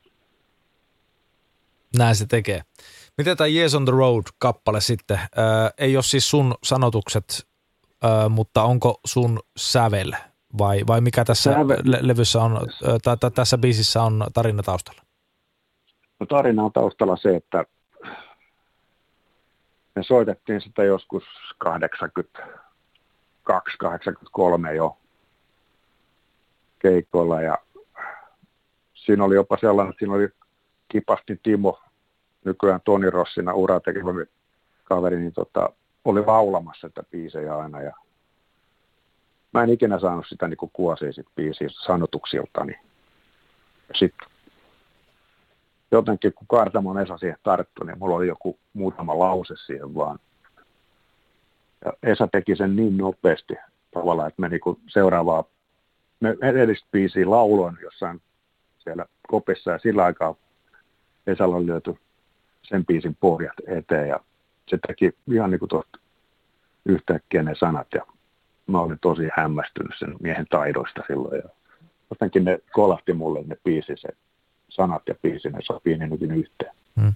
Näin se tekee. Miten tämä Years on the Road-kappale sitten? Ää, ei ole siis sun sanotukset, ää, mutta onko sun sävel? Vai, vai mikä tässä le- levyssä on, tai t- tässä biisissä on tarina taustalla? No tarina on taustalla se, että me soitettiin sitä joskus kahdeksankymmentäkaksi kahdeksankymmentäkolme jo keikoilla ja siinä oli jopa sellainen, että siinä oli Kipasti Timo, nykyään Toni Rossina uraa tekevä kaveri, niin tota, oli laulamassa sitä biisejä aina ja mä en ikinä saanut sitä niin kuosia sit biisiä sanotuksiltani. Sitten jotenkin kun Kaartamon Esa siihen tarttui, niin mulla oli joku muutama lause siihen vaan. Ja Esa teki sen niin nopeasti tavallaan, että me niinku seuraavaa, me edellistä biisiä lauloin jossain siellä kopissa ja sillä aikaa Esalla oli löyty sen biisin pohjat eteen ja se teki ihan niin kuin tuosta yhtäkkiä ne sanat ja mä olin tosi hämmästynyt sen miehen taidoista silloin ja jotenkin ne kolahti mulle ne biisi, se sanat ja biisi, ne sopii niin yhteen. Hmm.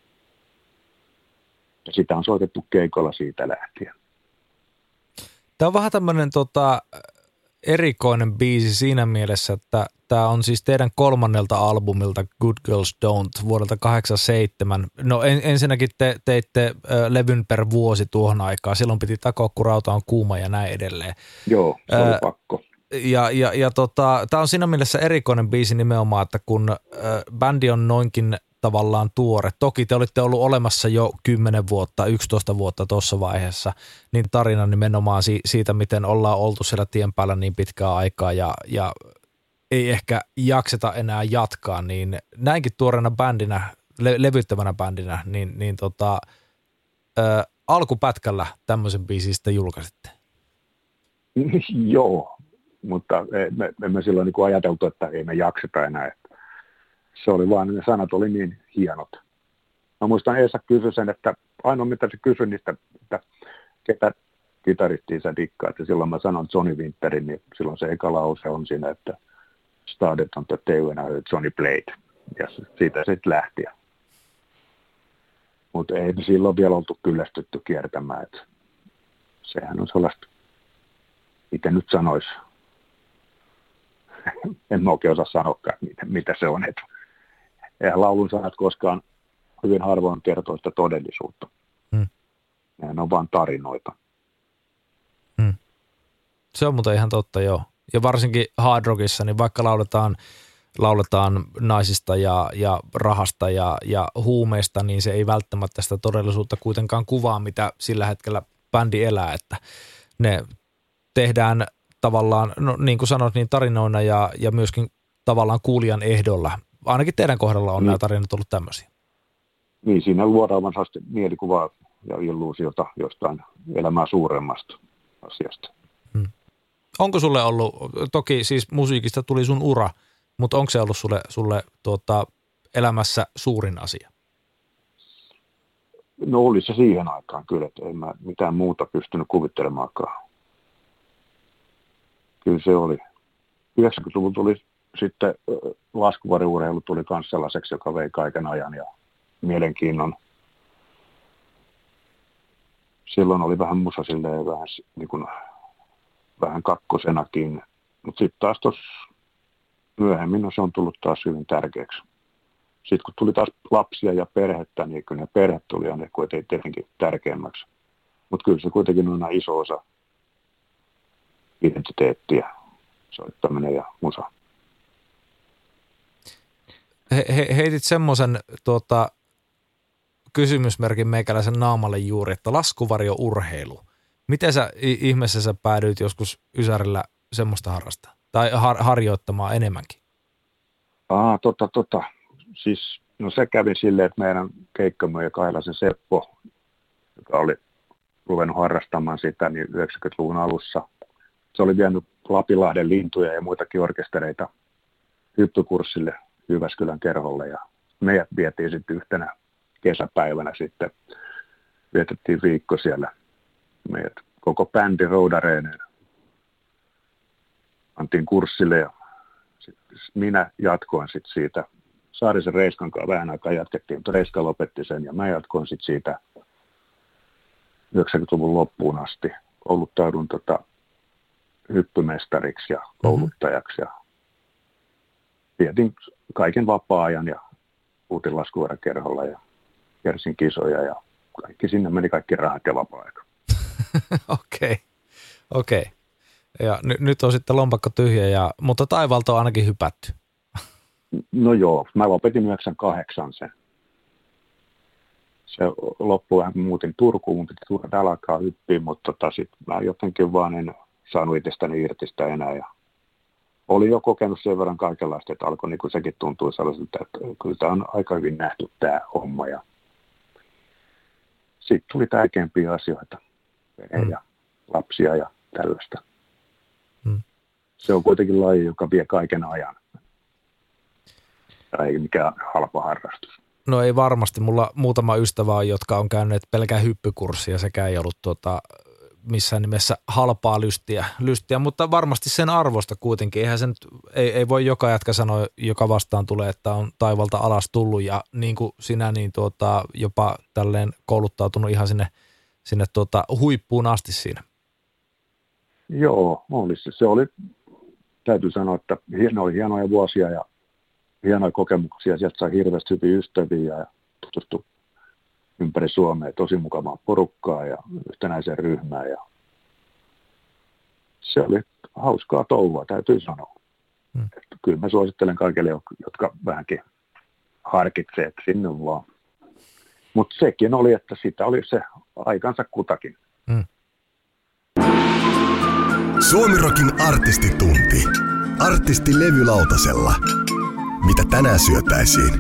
Ja sitä on soitettu keikolla siitä lähtien. Tämä on vähän tämmöinen tota, erikoinen biisi siinä mielessä, että tämä on siis teidän kolmannelta albumilta Good Girls Don't vuodelta kahdeksankymmentäseitsemän. No en, ensinnäkin te teitte äh, levyn per vuosi tuohon aikaan. Silloin piti takoa, kun rauta on kuuma ja näin edelleen. Joo, se oli äh, pakko. Ja, ja, ja tota, tämä on siinä mielessä erikoinen biisi nimenomaan, että kun äh, bändi on noinkin tavallaan tuore. Toki te olitte ollut olemassa jo kymmenen vuotta, yksitoista vuotta tuossa vaiheessa, niin tarina nimenomaan si- siitä, miten ollaan oltu siellä tien päällä niin pitkää aikaa ja, ja ei ehkä jakseta enää jatkaa, niin näinkin tuoreena bändinä, le- levyttävänä bändinä, niin, niin tota, ä, alkupätkällä tämmöisen biisin sitten julkaisitte. Joo, mutta me emme silloin niin kuin ajateltu, että ei me jakseta enää. Se oli vaan, ne sanat oli niin hienot. Mä muistan, Esa kysyi sen, että ainoa mitä se kysyi niistä, että ketä kitaristia sä dikkaat. Ja silloin mä sanon Johnny Winterin, niin silloin se eka lause on siinä, että started on the day when I heard Johnny played. Ja siitä sitten lähti. Mutta ei silloin vielä oltu kyllästytty kiertämään. Et sehän on sellaista, miten nyt sanoisi. En mä oikein osaa sanoakaan, mitä, mitä se on. Et eihän laulun sanat koskaan hyvin harvoin kertoo sitä todellisuutta. Hmm. Nehän on vaan tarinoita. Hmm. Se on muuten ihan totta, joo. Ja varsinkin hard rockissa, niin vaikka lauletaan, lauletaan naisista ja, ja rahasta ja, ja huumeista, niin se ei välttämättä sitä todellisuutta kuitenkaan kuvaa, mitä sillä hetkellä bändi elää. Että ne tehdään tavallaan, no niin kuin sanoit, niin tarinoina ja, ja myöskin tavallaan kuulijan ehdolla. Ainakin teidän kohdalla on niin. Nämä tarinat ollut tämmöisiä. Niin, siinä luodaan vanhasti mielikuvaa ja illuusiota jostain elämää suuremmasta asiasta. Hmm. Onko sulle ollut, toki siis musiikista tuli sun ura, mutta onko se ollut sulle, sulle tuota, elämässä suurin asia? No oli se siihen aikaan kyllä, että en mä mitään muuta pystynyt kuvittelemaankaan. Kyllä se oli. yhdeksänkymmentäluvulla tuli sitten laskuvariurheilu tuli myös sellaiseksi, joka vei kaiken ajan ja mielenkiinnon. Silloin oli vähän musa silleen vähän, niin kuin, vähän kakkosenakin, mutta sitten taas tuossa myöhemmin no se on tullut taas hyvin tärkeäksi. Sitten kun tuli taas lapsia ja perhettä, niin kyllä ne perhe tuli aina kuitenkin tietenkin tärkeämmäksi. Mutta kyllä se kuitenkin on iso osa identiteettiä, soittaminen ja musa. He, he, heitit semmoisen tuota, kysymysmerkin meikäläisen naamalle juuri, että laskuvarjourheilu. Miten sä ihmeessä sä päädyit joskus Ysärillä semmoista harrastaa? Tai har, harjoittamaan enemmänkin? Aa, tota, tota. Siis, no se kävi silleen, että meidän keikkamöijä Kailasen Seppo, joka oli ruvennut harrastamaan sitä niin yhdeksänkymmentäluvun alussa. Se oli vienyt Lapinlahden lintuja ja muitakin orkestereita hyppykurssille Jyväskylän kerholle ja meidät vietiin sitten yhtenä kesäpäivänä sitten. Vietettiin viikko siellä. Meidät koko bändi roudareineen antiin kurssille ja minä jatkoin sitten siitä. Saarisen Reiskan kanssa vähän aikaa jatkettiin, mutta Reiska lopetti sen ja mä jatkoin sitten siitä yhdeksänkymmentäluvun loppuun asti. Kouluttaudun tota, hyppymestariksi ja kouluttajaksi ja vietin kaiken vapaa-ajan ja Uutin laskuvarjokerholla ja kiersin kisoja ja kaikki sinne meni kaikki rahat ja vapaa-aika. Okei, okei. Okay. Ja n- nyt on sitten lompakko tyhjä, ja, mutta taivalta on ainakin hypätty. No joo, mä lopetin yhdeksänkymmentäkahdeksan sen. Se loppui vähän, muutin Turkuun, mun piti tuoda alkaa hyppiä, mutta tota sit mä jotenkin vaan en saanut itsestäni irti sitä enää. Ja olin jo kokenut sen verran kaikenlaista, että alkoi niin kuin sekin tuntui sellaiselta, että kyllä tämä on aika hyvin nähty tämä homma. Ja sitten tuli tärkeämpiä asioita, perhe ja lapsia ja tällaista. Hmm. Se on kuitenkin laji, joka vie kaiken ajan. Tai ei mikään halpa harrastus. No ei varmasti. Mulla muutama ystävä on, jotka on käyneet pelkää hyppykurssia. Sekä ei ollut tuota, missään nimessä halpaa lystiä, lystiä, mutta varmasti sen arvosta kuitenkin. Eihän sen, ei, ei voi joka jätkä sanoa, joka vastaan tulee, että on taivalta alas tullut ja niin kuin sinä, niin tuota, jopa tälleen kouluttautunut ihan sinne, sinne tuota, huippuun asti siinä. Joo, oli se. Se oli, täytyy sanoa, että hieno, oli hienoja vuosia ja hienoja kokemuksia. Sieltä sai hirveästi hyviä ystäviä ja tutustui ympäri Suomea tosi mukavaa porukkaa ja yhtenäiseen ryhmään. Ja se oli hauskaa touhua, täytyy sanoa. Hmm. Kyllä mä suosittelen kaikille, jotka vähänkin harkitsee, että sinne vaan. Mutta sekin oli, että sitä oli se aikansa kutakin. Hmm. Suomirokin artistitunti. Artisti levylautasella. Mitä tänään syötäisiin?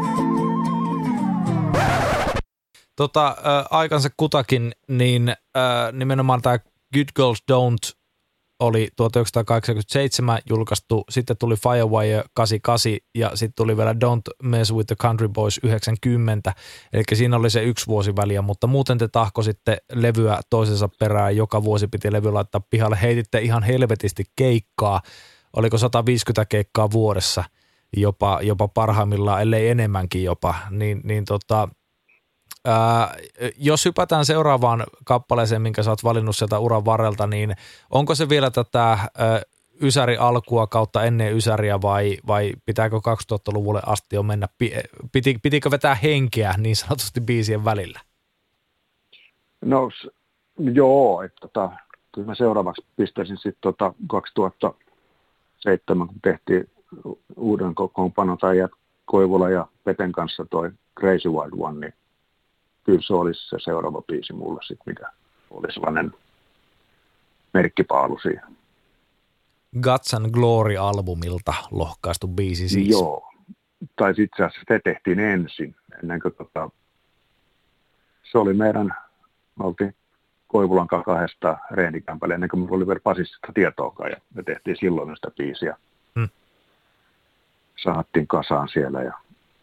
Tota, äh, aikansa kutakin, niin äh, nimenomaan tämä Good Girls Don't oli tuhatyhdeksänsataakahdeksankymmentäseitsemän julkaistu, sitten tuli Firewire kahdeksankymmentäkahdeksan ja sitten tuli vielä Don't Mess with the Country Boys yhdeksänkymmentä, eli siinä oli se yksi vuosi väliä, mutta muuten te tahkositte levyä toisensa perään, joka vuosi piti levy laittaa pihalle, heititte ihan helvetisti keikkaa. oliko sata viisikymmentä keikkaa vuodessa jopa, jopa parhaimmillaan, ellei enemmänkin jopa, niin, niin tota, ää, jos hypätään seuraavaan kappaleeseen, minkä sä oot valinnut sieltä uran varrelta, niin onko se vielä tätä ää, Ysäri alkua kautta ennen Ysäriä vai, vai pitääkö kaksituhattaluvulle asti jo mennä, piti, pitikö vetää henkeä niin sanotusti biisien välillä? No joo, että tota, kyllä mä seuraavaksi pistäisin sitten tota kaksituhattaseitsemän, kun tehtiin uuden kokoonpanon tai Koivula ja Peten kanssa toi Crazy Wild One, niin kyllä se olisi se seuraava biisi mulle sitten, mikä oli sellainen merkkipaalu siihen. Guts and Glory-albumilta lohkaistu biisi siis. Joo, tai itse asiassa se tehtiin ensin, ennen kuin tota, se oli meidän, me oltiin Koivulan kanssa kahdesta reenikämpälle, ennen kuin minulla oli vielä basistista tietoakaan, ja me tehtiin silloin sitä biisiä. Hmm. Saattiin kasaan siellä, ja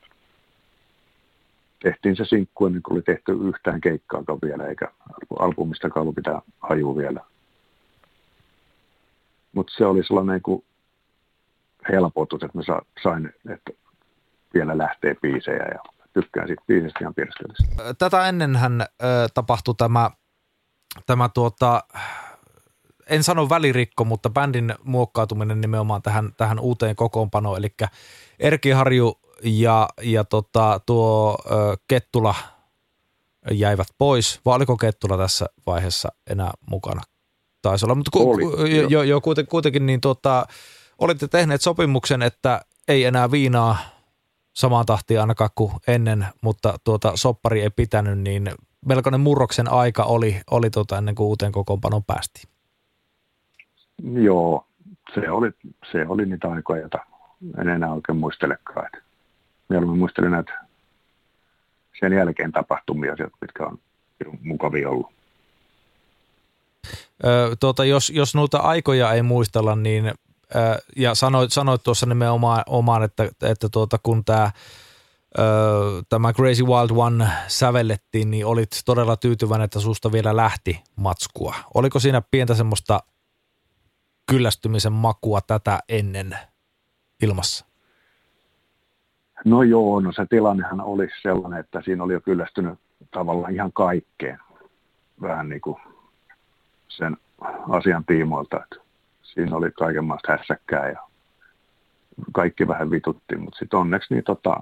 tehtiin se sinkku ennen kuin oli tehty yhtään keikkaakaan vielä, eikä albumistakaan ollut pitää hajua vielä. Mutta se oli sellainen kuin helpotus, että mä sain, että vielä lähtee biisejä ja tykkään siitä biisistä ihan pirskellisesti. Tätä ennenhän äh, tapahtui tämä, tämä tuota, en sano välirikko, mutta bändin muokkautuminen nimenomaan tähän, tähän uuteen kokoonpanoon, eli Erkki Harju ja, ja tota, tuo äh, Kettula jäivät pois, vai oliko Kettula tässä vaiheessa enää mukana? Taisi olla, mutta ku, Oli, jo, jo, jo, kuitenkin, kuitenkin niin tuota, olitte tehneet sopimuksen, että ei enää viinaa samaan tahtiin ainakaan kuin ennen, mutta tuota, soppari ei pitänyt, niin melkoinen murroksen aika oli, oli tuota, ennen kuin uuteen kokoonpanoon päästiin. Joo, se oli, se oli niitä aikoja, joita en enää oikein muistelekaan. Mieluummin muistelin näitä sen jälkeen tapahtumia, mitkä on mukavia ollut. Ö, tuota, jos, jos noita aikoja ei muistella, niin ö, ja sanoit, sanoit tuossa nimenomaan, omaan, että, että tuota, kun tämä, ö, tämä Crazy Wild One sävellettiin, niin olit todella tyytyväinen, että susta vielä lähti matskua. Oliko siinä pientä semmoista kyllästymisen makua tätä ennen ilmassa? No joo, no se tilannehan oli sellainen, että siinä oli jo kyllästynyt tavallaan ihan kaikkeen. Vähän niin kuin sen asian tiimoilta, että siinä oli kaikenlaista hässäkkää ja kaikki vähän vitutti, mutta sitten onneksi niin tota,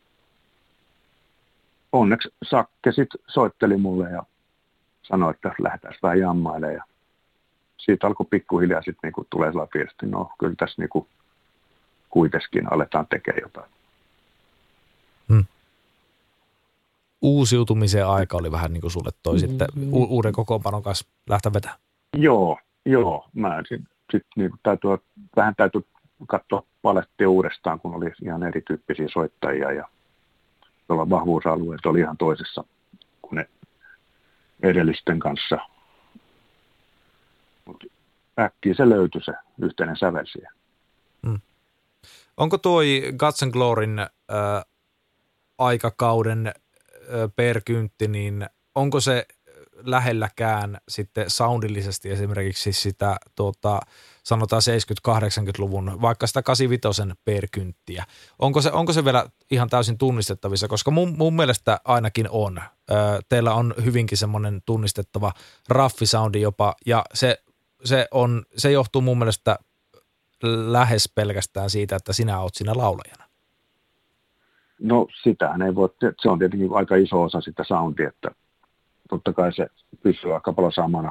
onneksi Sakke sitten soitteli mulle ja sanoi, että lähdetään vähän jammailemaan ja siitä alkoi pikkuhiljaa sitten niinku tulee sellainen fiilis, että no kyllä tässä niinku kuitenkin aletaan tekemään jotain. Hmm. Uusiutumisen aika oli vähän niin kuin sulle toi mm-hmm. sitten u- uuden kokoonpanon kanssa lähteä vetämään. Joo, joo. Mä sitten sit niinku täytyy, vähän täytyy katsoa palettia uudestaan, kun oli ihan erityyppisiä soittajia ja tuolla vahvuusalueet oli ihan toisessa kuin ne edellisten kanssa. Mutta äkkiä se löytyi se yhteinen sävel siihen. Hmm. Onko toi Guts and Gloryn äh, aikakauden per kyntti, niin onko se lähelläkään sitten soundillisesti esimerkiksi sitä tuota, sanotaan seitsemänkymmentä-kahdeksankymmentäluvun, vaikka sitä kahdeksankymmentäviisi per kynttiä. Onko se, onko se vielä ihan täysin tunnistettavissa, koska mun, mun mielestä ainakin on. Teillä on hyvinkin semmoinen tunnistettava raffisoundi jopa, ja se, se, on, se johtuu mun mielestä lähes pelkästään siitä, että sinä oot siinä laulajana. No sitähän ei voi, se on tietenkin aika iso osa sitä soundia, että totta kai se pysyy aika paljon samana.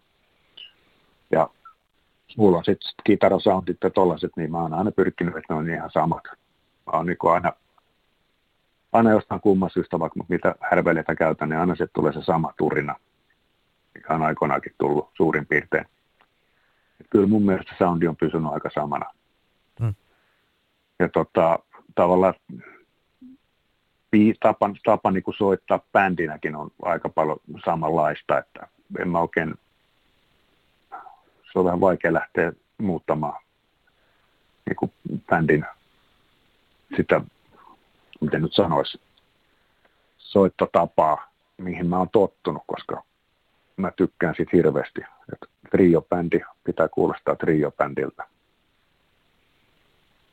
Ja mulla on sitten kitarasoundit ja tollaiset, niin mä oon aina pyrkinyt, että ne on ihan samat. Mä oon niin aina, aina jostain kumman syystä, vaikka mitä härveleitä käytän, niin aina se tulee se sama turina, mikä on aikoinaankin tullut suurin piirtein. Et kyllä mun mielestä soundi on pysynyt aika samana. Hmm. Ja tota, tavallaan tapa, tapa niin kuin soittaa bändinäkin on aika paljon samanlaista, että en mä oikein, se on vähän vaikea lähteä muuttamaan niin kuin bändin sitä, miten nyt sanoisi, soittotapaa, mihin mä oon tottunut, koska mä tykkään siitä hirveästi, että trio-bändi pitää kuulostaa trio-bändiltä.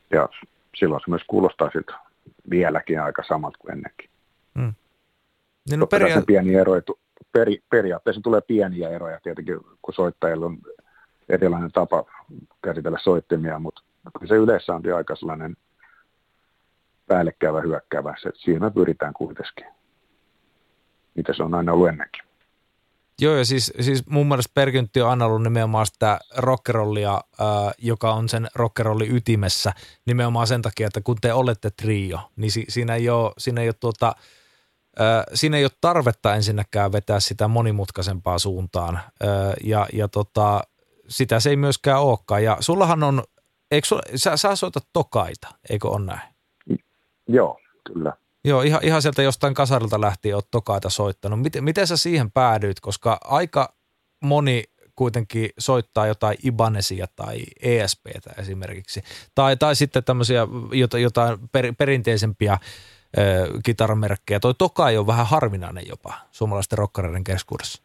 Ja silloin se myös kuulostaa siltä vieläkin aika samalta kuin ennenkin. Mm. Niin no peria- pieni ero, peri, periaatteessa tulee pieniä eroja tietenkin, kun soittajilla on erilainen tapa käsitellä soittimia, mutta se yleensä on aika sellainen päällekkävä, hyökkäävä, että siinä me pyritään kuitenkin, mitä se on aina ollut ennenkin. Joo, ja siis, siis mun mielestä perkyntti on aina ollut nimenomaan sitä rockerollia, äh, joka on sen rockerollin ytimessä, nimenomaan sen takia, että kun te olette trio, niin si, siinä ei ole, siinä ei ole tuota, äh, siinä ei ole tarvetta ensinnäkään vetää sitä monimutkaisempaa suuntaan, äh, ja, ja tota, sitä se ei myöskään olekaan. Ja sullahan on, eikö sulla, sä, sä soitat tokaita, eikö ole näin? Joo, kyllä. Joo, ihan, ihan sieltä jostain kasarilta lähtien olet tokaita soittanut. Miten, miten sä siihen päädyit, koska aika moni kuitenkin soittaa jotain Ibanezia tai E S P:tä esimerkiksi, tai, tai sitten tämmöisiä jotain per, perinteisempiä ö, kitaramerkkejä. Toi tokai on vähän harvinainen jopa suomalaisten rockareiden keskuudessa.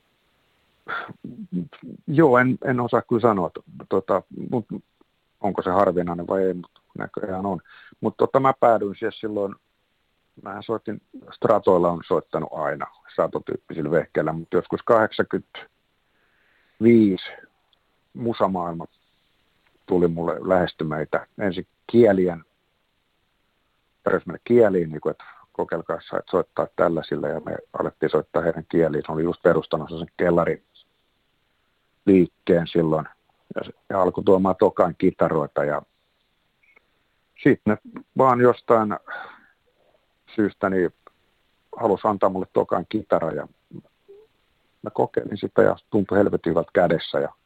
Joo, en, en osaa kyllä sanoa, tota, mutta onko se harvinainen vai ei, mutta näköjään on. Mutta tota, mä päädyin siis silloin, mä soitin, Stratoilla on soittanut aina Strato-tyyppisillä vehkeillä, mutta joskus kahdeksankymmentäviisi musamaailma tuli mulle lähestymeitä. Ensin kielien, perusmenne kieliin, niin kuin, että kokeilkaa että soittaa tällaisilla, ja me alettiin soittaa heidän kieliin. Se oli just perustanut sen kellarin liikkeen silloin, ja, se, ja alkoi tuomaan tokaan kitaroita, ja sitten ne vaan jostain syystä niin halusi antaa mulle tokaan kitara, ja mä kokeilin sitä, ja tuntui helvetin hyvältä kädessä, ja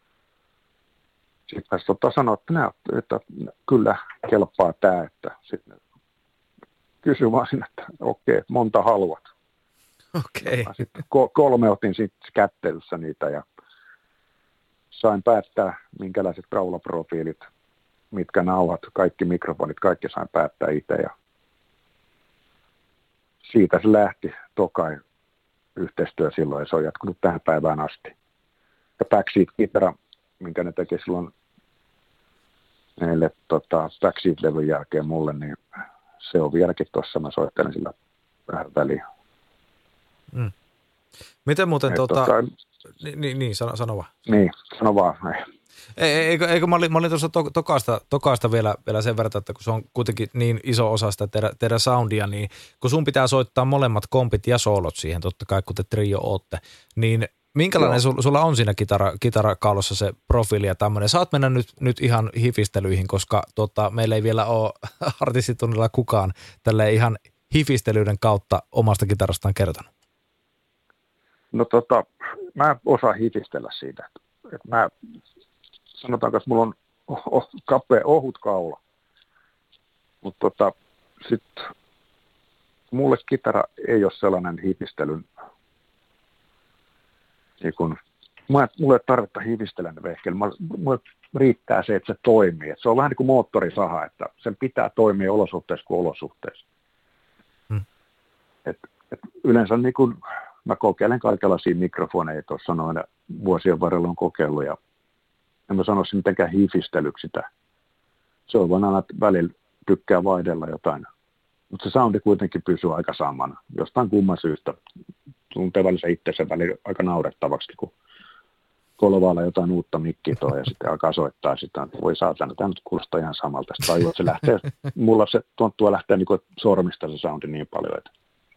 sitten tota sanoi, että, nää, että kyllä kelpaa tämä, että sitten kysyi vaan sinne, että okei, okay, monta haluat. Okei. Okay. Sitten kolme otin sitten kättelyssä niitä, ja sain päättää, minkälaiset kraulaprofiilit, mitkä nauhat, kaikki mikrofonit, kaikki sain päättää itse, ja siitä se lähti tokai yhteistyö silloin, ja se on jatkunut tähän päivään asti. Ja Backseat-kitara, minkä ne teki silloin meille tota, Backseat-levyn jälkeen mulle, niin se on vieläkin tuossa, mä soittelen sillä vähän väliin. Mm. Miten muuten, tuota, tota, niin, niin sano, sano vaan. Niin, sano vaan. Eikö, eikö mä olin, mä olin tuossa to, tokaasta, tokaasta vielä, vielä sen verran, että kun se on kuitenkin niin iso osa sitä teidän, teidän soundia, niin kun sun pitää soittaa molemmat kompit ja soolot siihen, totta kai kun te trio ootte, niin minkälainen sul, sulla on siinä kitara, kitarakaulossa se profiili ja tämmöinen? Saat mennä nyt, nyt ihan hifistelyihin, koska tota, meillä ei vielä ole artistitunnilla kukaan tälleen ihan hifistelyiden kautta omasta kitarastaan kertonut. No tota, mä osaan hifistellä siitä. Että, että mä, sanotaanko, että mulla on oh, oh, kapea, ohut kaula. Mutta tota, sitten mulle kitara ei ole sellainen hifistelyn, niin kun, mulle ei tarvetta hifistellä ne vehkeillä. Mulle riittää se, että se toimii. Et se on vähän niin kuin moottorisaha, että sen pitää toimia olosuhteissa kuin olosuhteissa. Hmm. Et, et yleensä niin kun, mä kokeilen kaikenlaisia mikrofoneja tuossa noin vuosien varrella on kokeillut, ja en mä sanoisi mitenkään hifistelyksi sitä. Se on vaan aina, että välillä tykkää vaihdella jotain, mutta se soundi kuitenkin pysyy aika samana. Jostain kumman syystä tuntee välillä itsensä välillä aika naurettavaksi, kun kolvaalla jotain uutta mikkiä tuo ja sitten alkaa soittaa sitä, että voi saatana, tämä nyt kuulostaa ihan samalta. Sitten tajuu, että se lähtee, mulla se tonttua lähtee niin kuin sormista se soundi niin paljon, että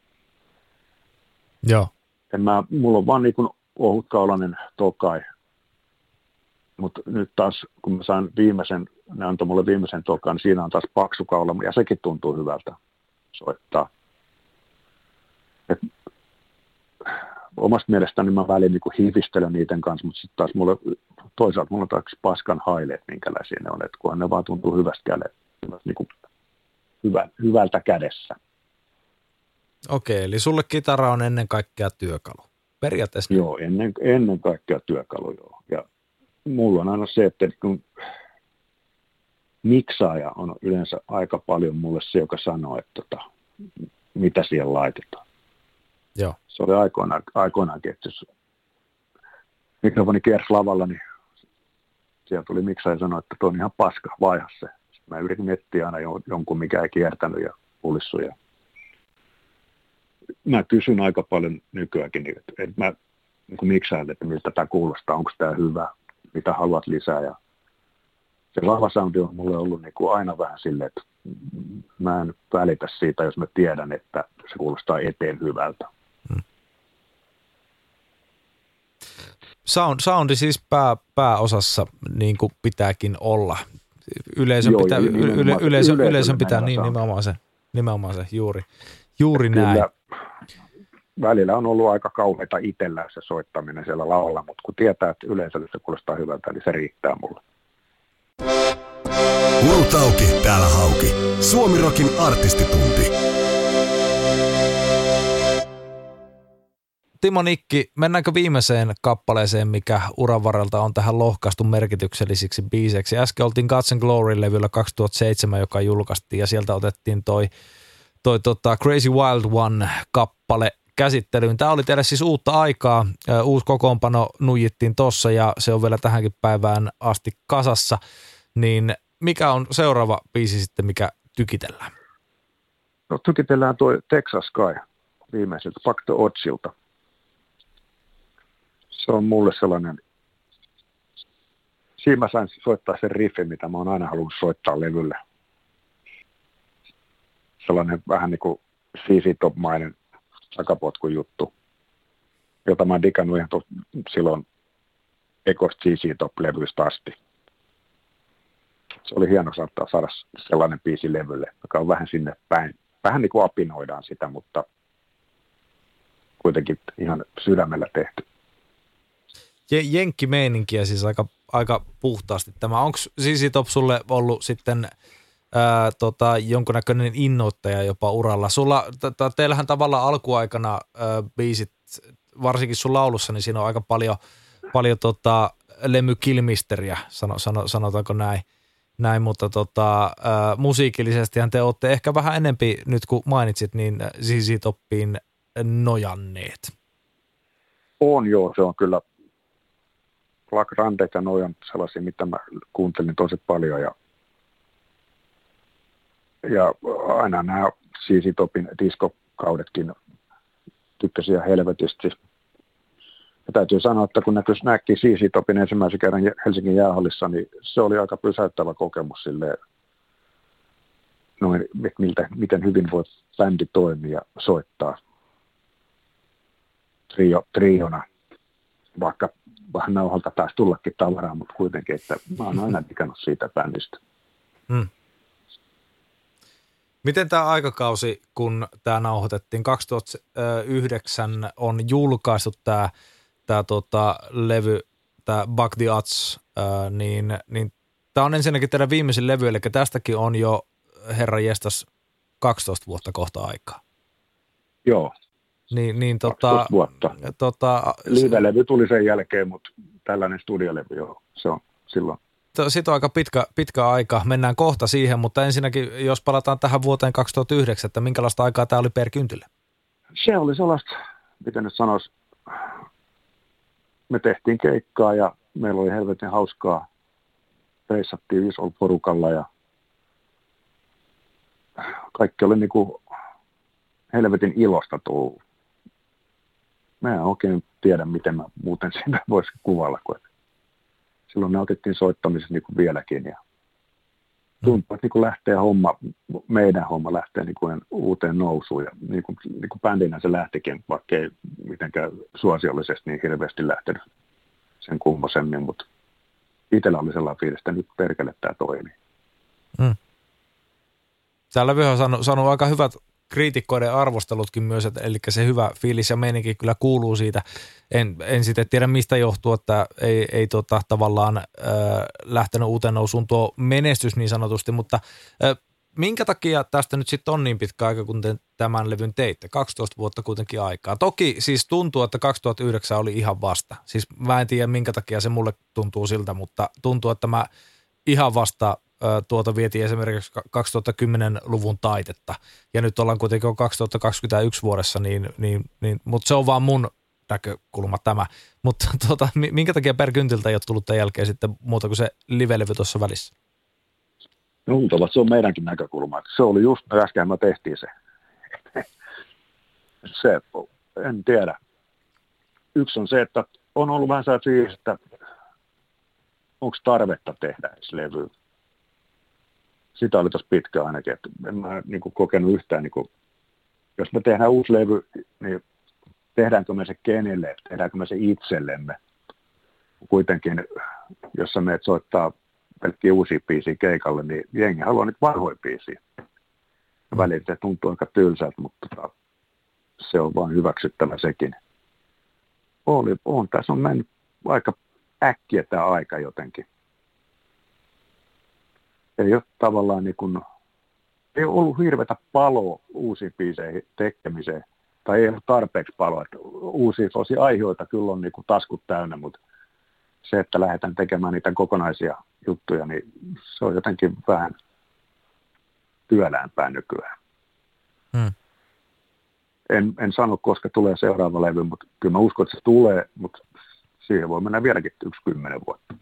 joo. En mä, mulla on vaan niin kuin ohutkaulainen tokai, mutta nyt taas kun mä sain viimeisen, ne antoi mulle viimeisen tokan, niin siinä on taas paksu kaula ja sekin tuntuu hyvältä soittaa. Et, omasta mielestäni mä väliin niin hifistelen niiden kanssa, mutta sitten taas mulle, toisaalta mulla on taas paskan haileet, minkälaisia ne on, että kunhan ne vaan tuntuu hyvästä kädet, niin kuin hyvä, hyvältä kädessä. Okei, eli sulle kitara on ennen kaikkea työkalu. Periaatteessa. Joo, ennen, ennen kaikkea työkalu, joo. Ja mulla on aina se, että kun miksaaja on yleensä aika paljon mulle se, joka sanoo, että tota, mitä siellä laitetaan. Joo. Se oli aikoinaan, aikoinaankin, että jos mikrofoni kiersi lavalla, niin siellä tuli miksaaja sanoa, että tuo on ihan paska, vaiha se. Sitten Mä yritin etsiä aina jonkun, mikä ei kiertänyt ja pulissu. Ja mä kysyn aika paljon nykyäänkin, että, että mä niin miksään, että miltä tämä kuulostaa, onko tämä hyvä, mitä haluat lisää. Ja se lavasoundi on mulle ollut niin kuin aina vähän silleen, että mä en välitä siitä, jos mä tiedän, että se kuulostaa eteen hyvältä. Hmm. Sound, soundi siis pää, pääosassa niin kuin pitääkin olla. Yleisön, Joo, pitää, yle, yle, yleisön, yleisön pitää niin, nimenomaan se, nimenomaan se juuri, juuri näin. Kyllä, välillä on ollut aika kauheita itsellä se soittaminen siellä laulalla, mutta kun tietää, että yleisölle se kuulostaa hyvältä, niin se riittää mulle. Hurut auki, täällä Hauki. Suomi-rokin artistitunti. Timo Nikki, mennäänkö viimeiseen kappaleeseen, mikä uran varrelta on tähän lohkaistu merkityksellisiksi biiseiksi? Äsken oltiin Guts and Glory-levyllä kaksituhattaseitsemän, joka julkaistiin, ja sieltä otettiin toi, toi tota Crazy Wild One-kappale käsittelyyn. Tämä oli teille siis uutta aikaa. Uusi kokoonpano nuijittiin tossa, ja se on vielä tähänkin päivään asti kasassa. Niin mikä on seuraava biisi sitten, mikä tykitellään? No tykitellään tuo Texas Sky viimeiseltä, Back to Oddsilta. Se on mulle sellainen, siinä mä sain soittaa sen riffin, mitä mä oon aina halunnut soittaa levylle. Sellainen vähän niin kuin C C Top-mainen takapotkun juttu, jota mä oon digannut ihan to, silloin ekosta C C Top-levystä asti. Se oli hieno saattaa saada sellainen biisi levylle, joka on vähän sinne päin. Vähän niin kuin apinoidaan sitä, mutta kuitenkin ihan sydämellä tehty. Jenkkimeininkiä siis aika, aika puhtaasti tämä. Onko C C Top sulle ollut sitten ää, tota, jonkunnäköinen innoittaja jopa uralla? Sulla, t- teillähän tavallaan alkuaikana ää, biisit, varsinkin sun laulussa, niin siinä on aika paljon, paljon tota, lemykilmisteriä, sano, sano, sanotaanko näin. Näin, mutta tota, ää, musiikillisestihan te olette ehkä vähän enempi, nyt kun mainitsit, niin C C Toppiin nojanneet. On joo, se on kyllä. Black Randet ja noi on sellaisia, mitä mä kuuntelin tosi paljon. Ja, ja aina nämä C C Topin diskokaudetkin tykkäsin ihan helvetisti. Ja täytyy sanoa, että kun näkyy näki C C Topin ensimmäisen kerran Helsingin jäähallissa, niin se oli aika pysäyttävä kokemus silleen, noin, miltä, miten hyvin voi bändi toimia ja soittaa trio, triona, vaikka vähän nauhalta taisi tullakin tavaraa, mutta kuitenkin, että mä oon aina digannut siitä bändistä. Hmm. Miten tämä aikakausi, kun tämä nauhoitettiin, kaksituhattayhdeksän on julkaistu tämä tämä tota, levy, tämä Buck the Odds, ää, niin, niin tämä on ensinnäkin teidän viimeisin levy, eli tästäkin on jo herra jestas kaksitoista vuotta kohta aikaa. Joo, niin, niin, kaksitoista tota, vuotta. Tota, Live-levy tuli sen jälkeen, mutta tällainen studiolevy, joo, se on silloin. Sitten on aika pitkä, pitkä aika, mennään kohta siihen, mutta ensinnäkin, jos palataan tähän vuoteen kaksituhattayhdeksän, että minkälaista aikaa tämä oli per kyntille? Se oli sellaista, miten nyt sanoisi, me tehtiin keikkaa ja meillä oli helvetin hauskaa. Reissattiin isolla porukalla ja kaikki oli niin kuin helvetin ilosta tullut. Mä en oikein tiedä, miten mä muuten sitä voisi kuvailla, kun silloin nautittiin soittamisessa niin kuin vieläkin ja tuntuu, että niin kuin lähtee homma, meidän homma lähtee niin kuin uuteen nousuun ja niin kuin, niin kuin bändinä se lähtikin, vaikka ei mitenkään suosiollisesti niin hirveästi lähtenyt sen kummosemmin, mutta itsellä oli sellainen fiilis, että nyt perkele tämä toimii. Hmm. Täällä Vyhö on saanut, saanut aika hyvät kriitikkoiden arvostelutkin myös, että, eli se hyvä fiilis ja meininki kyllä kuuluu siitä. En, en sitten tiedä mistä johtuu, että ei, ei tota, tavallaan äh, lähtenyt uuteen nousuun tuo menestys niin sanotusti, mutta äh, minkä takia tästä nyt sitten on niin pitkä aika, kun te tämän levyn teitte? kaksitoista vuotta kuitenkin aikaa. Toki siis tuntuu, että kaksituhattayhdeksän oli ihan vasta. Siis mä en tiedä minkä takia se mulle tuntuu siltä, mutta tuntuu, että mä ihan vasta tuota vietiin esimerkiksi kaksituhattakymmenluvun taitetta, ja nyt ollaan kuitenkin kaksituhattakaksikymmentäyksi vuodessa, niin, niin, niin, mutta se on vaan mun näkökulma tämä. Mutta tuota, minkä takia per kyntiltä ei ole tullut tämän jälkeen sitten muuta kuin se live-levy tuossa välissä? Luultavasti se on meidänkin näkökulma. Se oli just, no äsken me tehtiin se. Se, en tiedä. Yksi on se, että on ollut vähän sellaisia, että onko tarvetta tehdä edes levyä. Sitä oli tossa pitkään ainakin, että en mä niin kuin kokenut yhtään, niin kuin, jos me tehdään uusi levy, niin tehdäänkö me se kenelle, tehdäänkö me se itsellemme. Kuitenkin, jos sä meet soittaa pelkkiä uusia biisiä keikalle, niin jengi haluaa nyt vanhoja biisiä. Välillä se tuntuu aika tylsältä, mutta tota, se on vaan hyväksyttävä sekin. Oli, on, tässä on mennyt aika äkkiä tämä aika jotenkin. Ei ole tavallaan niin kuin, ei ole ollut hirveätä paloa uusiin biiseihin tekemiseen, tai ei ole tarpeeksi paloa. Että uusia aiheita kyllä on niin kuin taskut täynnä, mutta se, että lähdetään tekemään niitä kokonaisia juttuja, niin se on jotenkin vähän työläämpää nykyään. Hmm. En, en sano, koska tulee seuraava levy, mutta kyllä mä uskon, että se tulee, mutta siihen voi mennä vieläkin yksi kymmenen vuotta.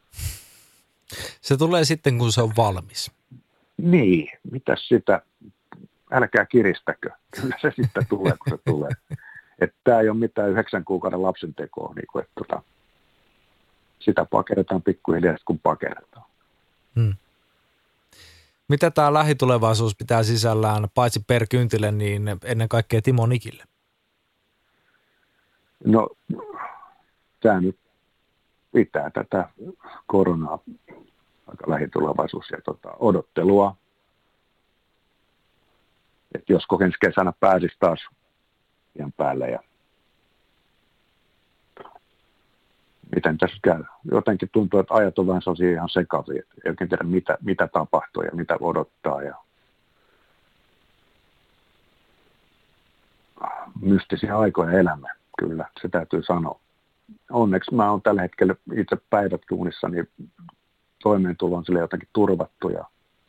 Se tulee sitten, kun se on valmis. Niin, mitäs sitä, älkää kiristäkö, kyllä se sitten tulee, kun se tulee. Että tämä ei ole mitään yhdeksän kuukauden lapsen tekoa, niin kuin, että tota, sitä pakeretaan pikkuhiljaa, kun pakeretaan. Hmm. Mitä tämä lähitulevaisuus pitää sisällään, paitsi Per Kyntille, niin ennen kaikkea Timo Nikille? No, tämä nyt pitää tätä koronaa aika lähitulevaisuus ja tota, odottelua. Että jos ensi kesänä pääsisi taas ihan päälle ja miten tässä käy. Jotenkin tuntuu, että ajat on vähän sellaisia ihan sekavia. Ei oikein tiedä, mitä, mitä tapahtuu ja mitä odottaa. Ja mystisiä aikoja elämme, kyllä, se täytyy sanoa. Onneksi mä oon tällä hetkellä itse päivät duunissa, niin toimeentulo on sille jotenkin turvattu ja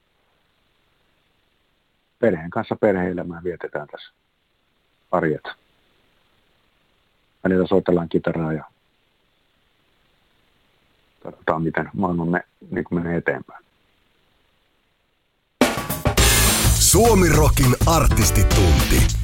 perheen kanssa perhe-elämää vietetään tässä arjet. Välillä soitellaan kitaraa ja katsotaan, miten maailmamme niin menee eteenpäin. Suomi Rockin artistitunti.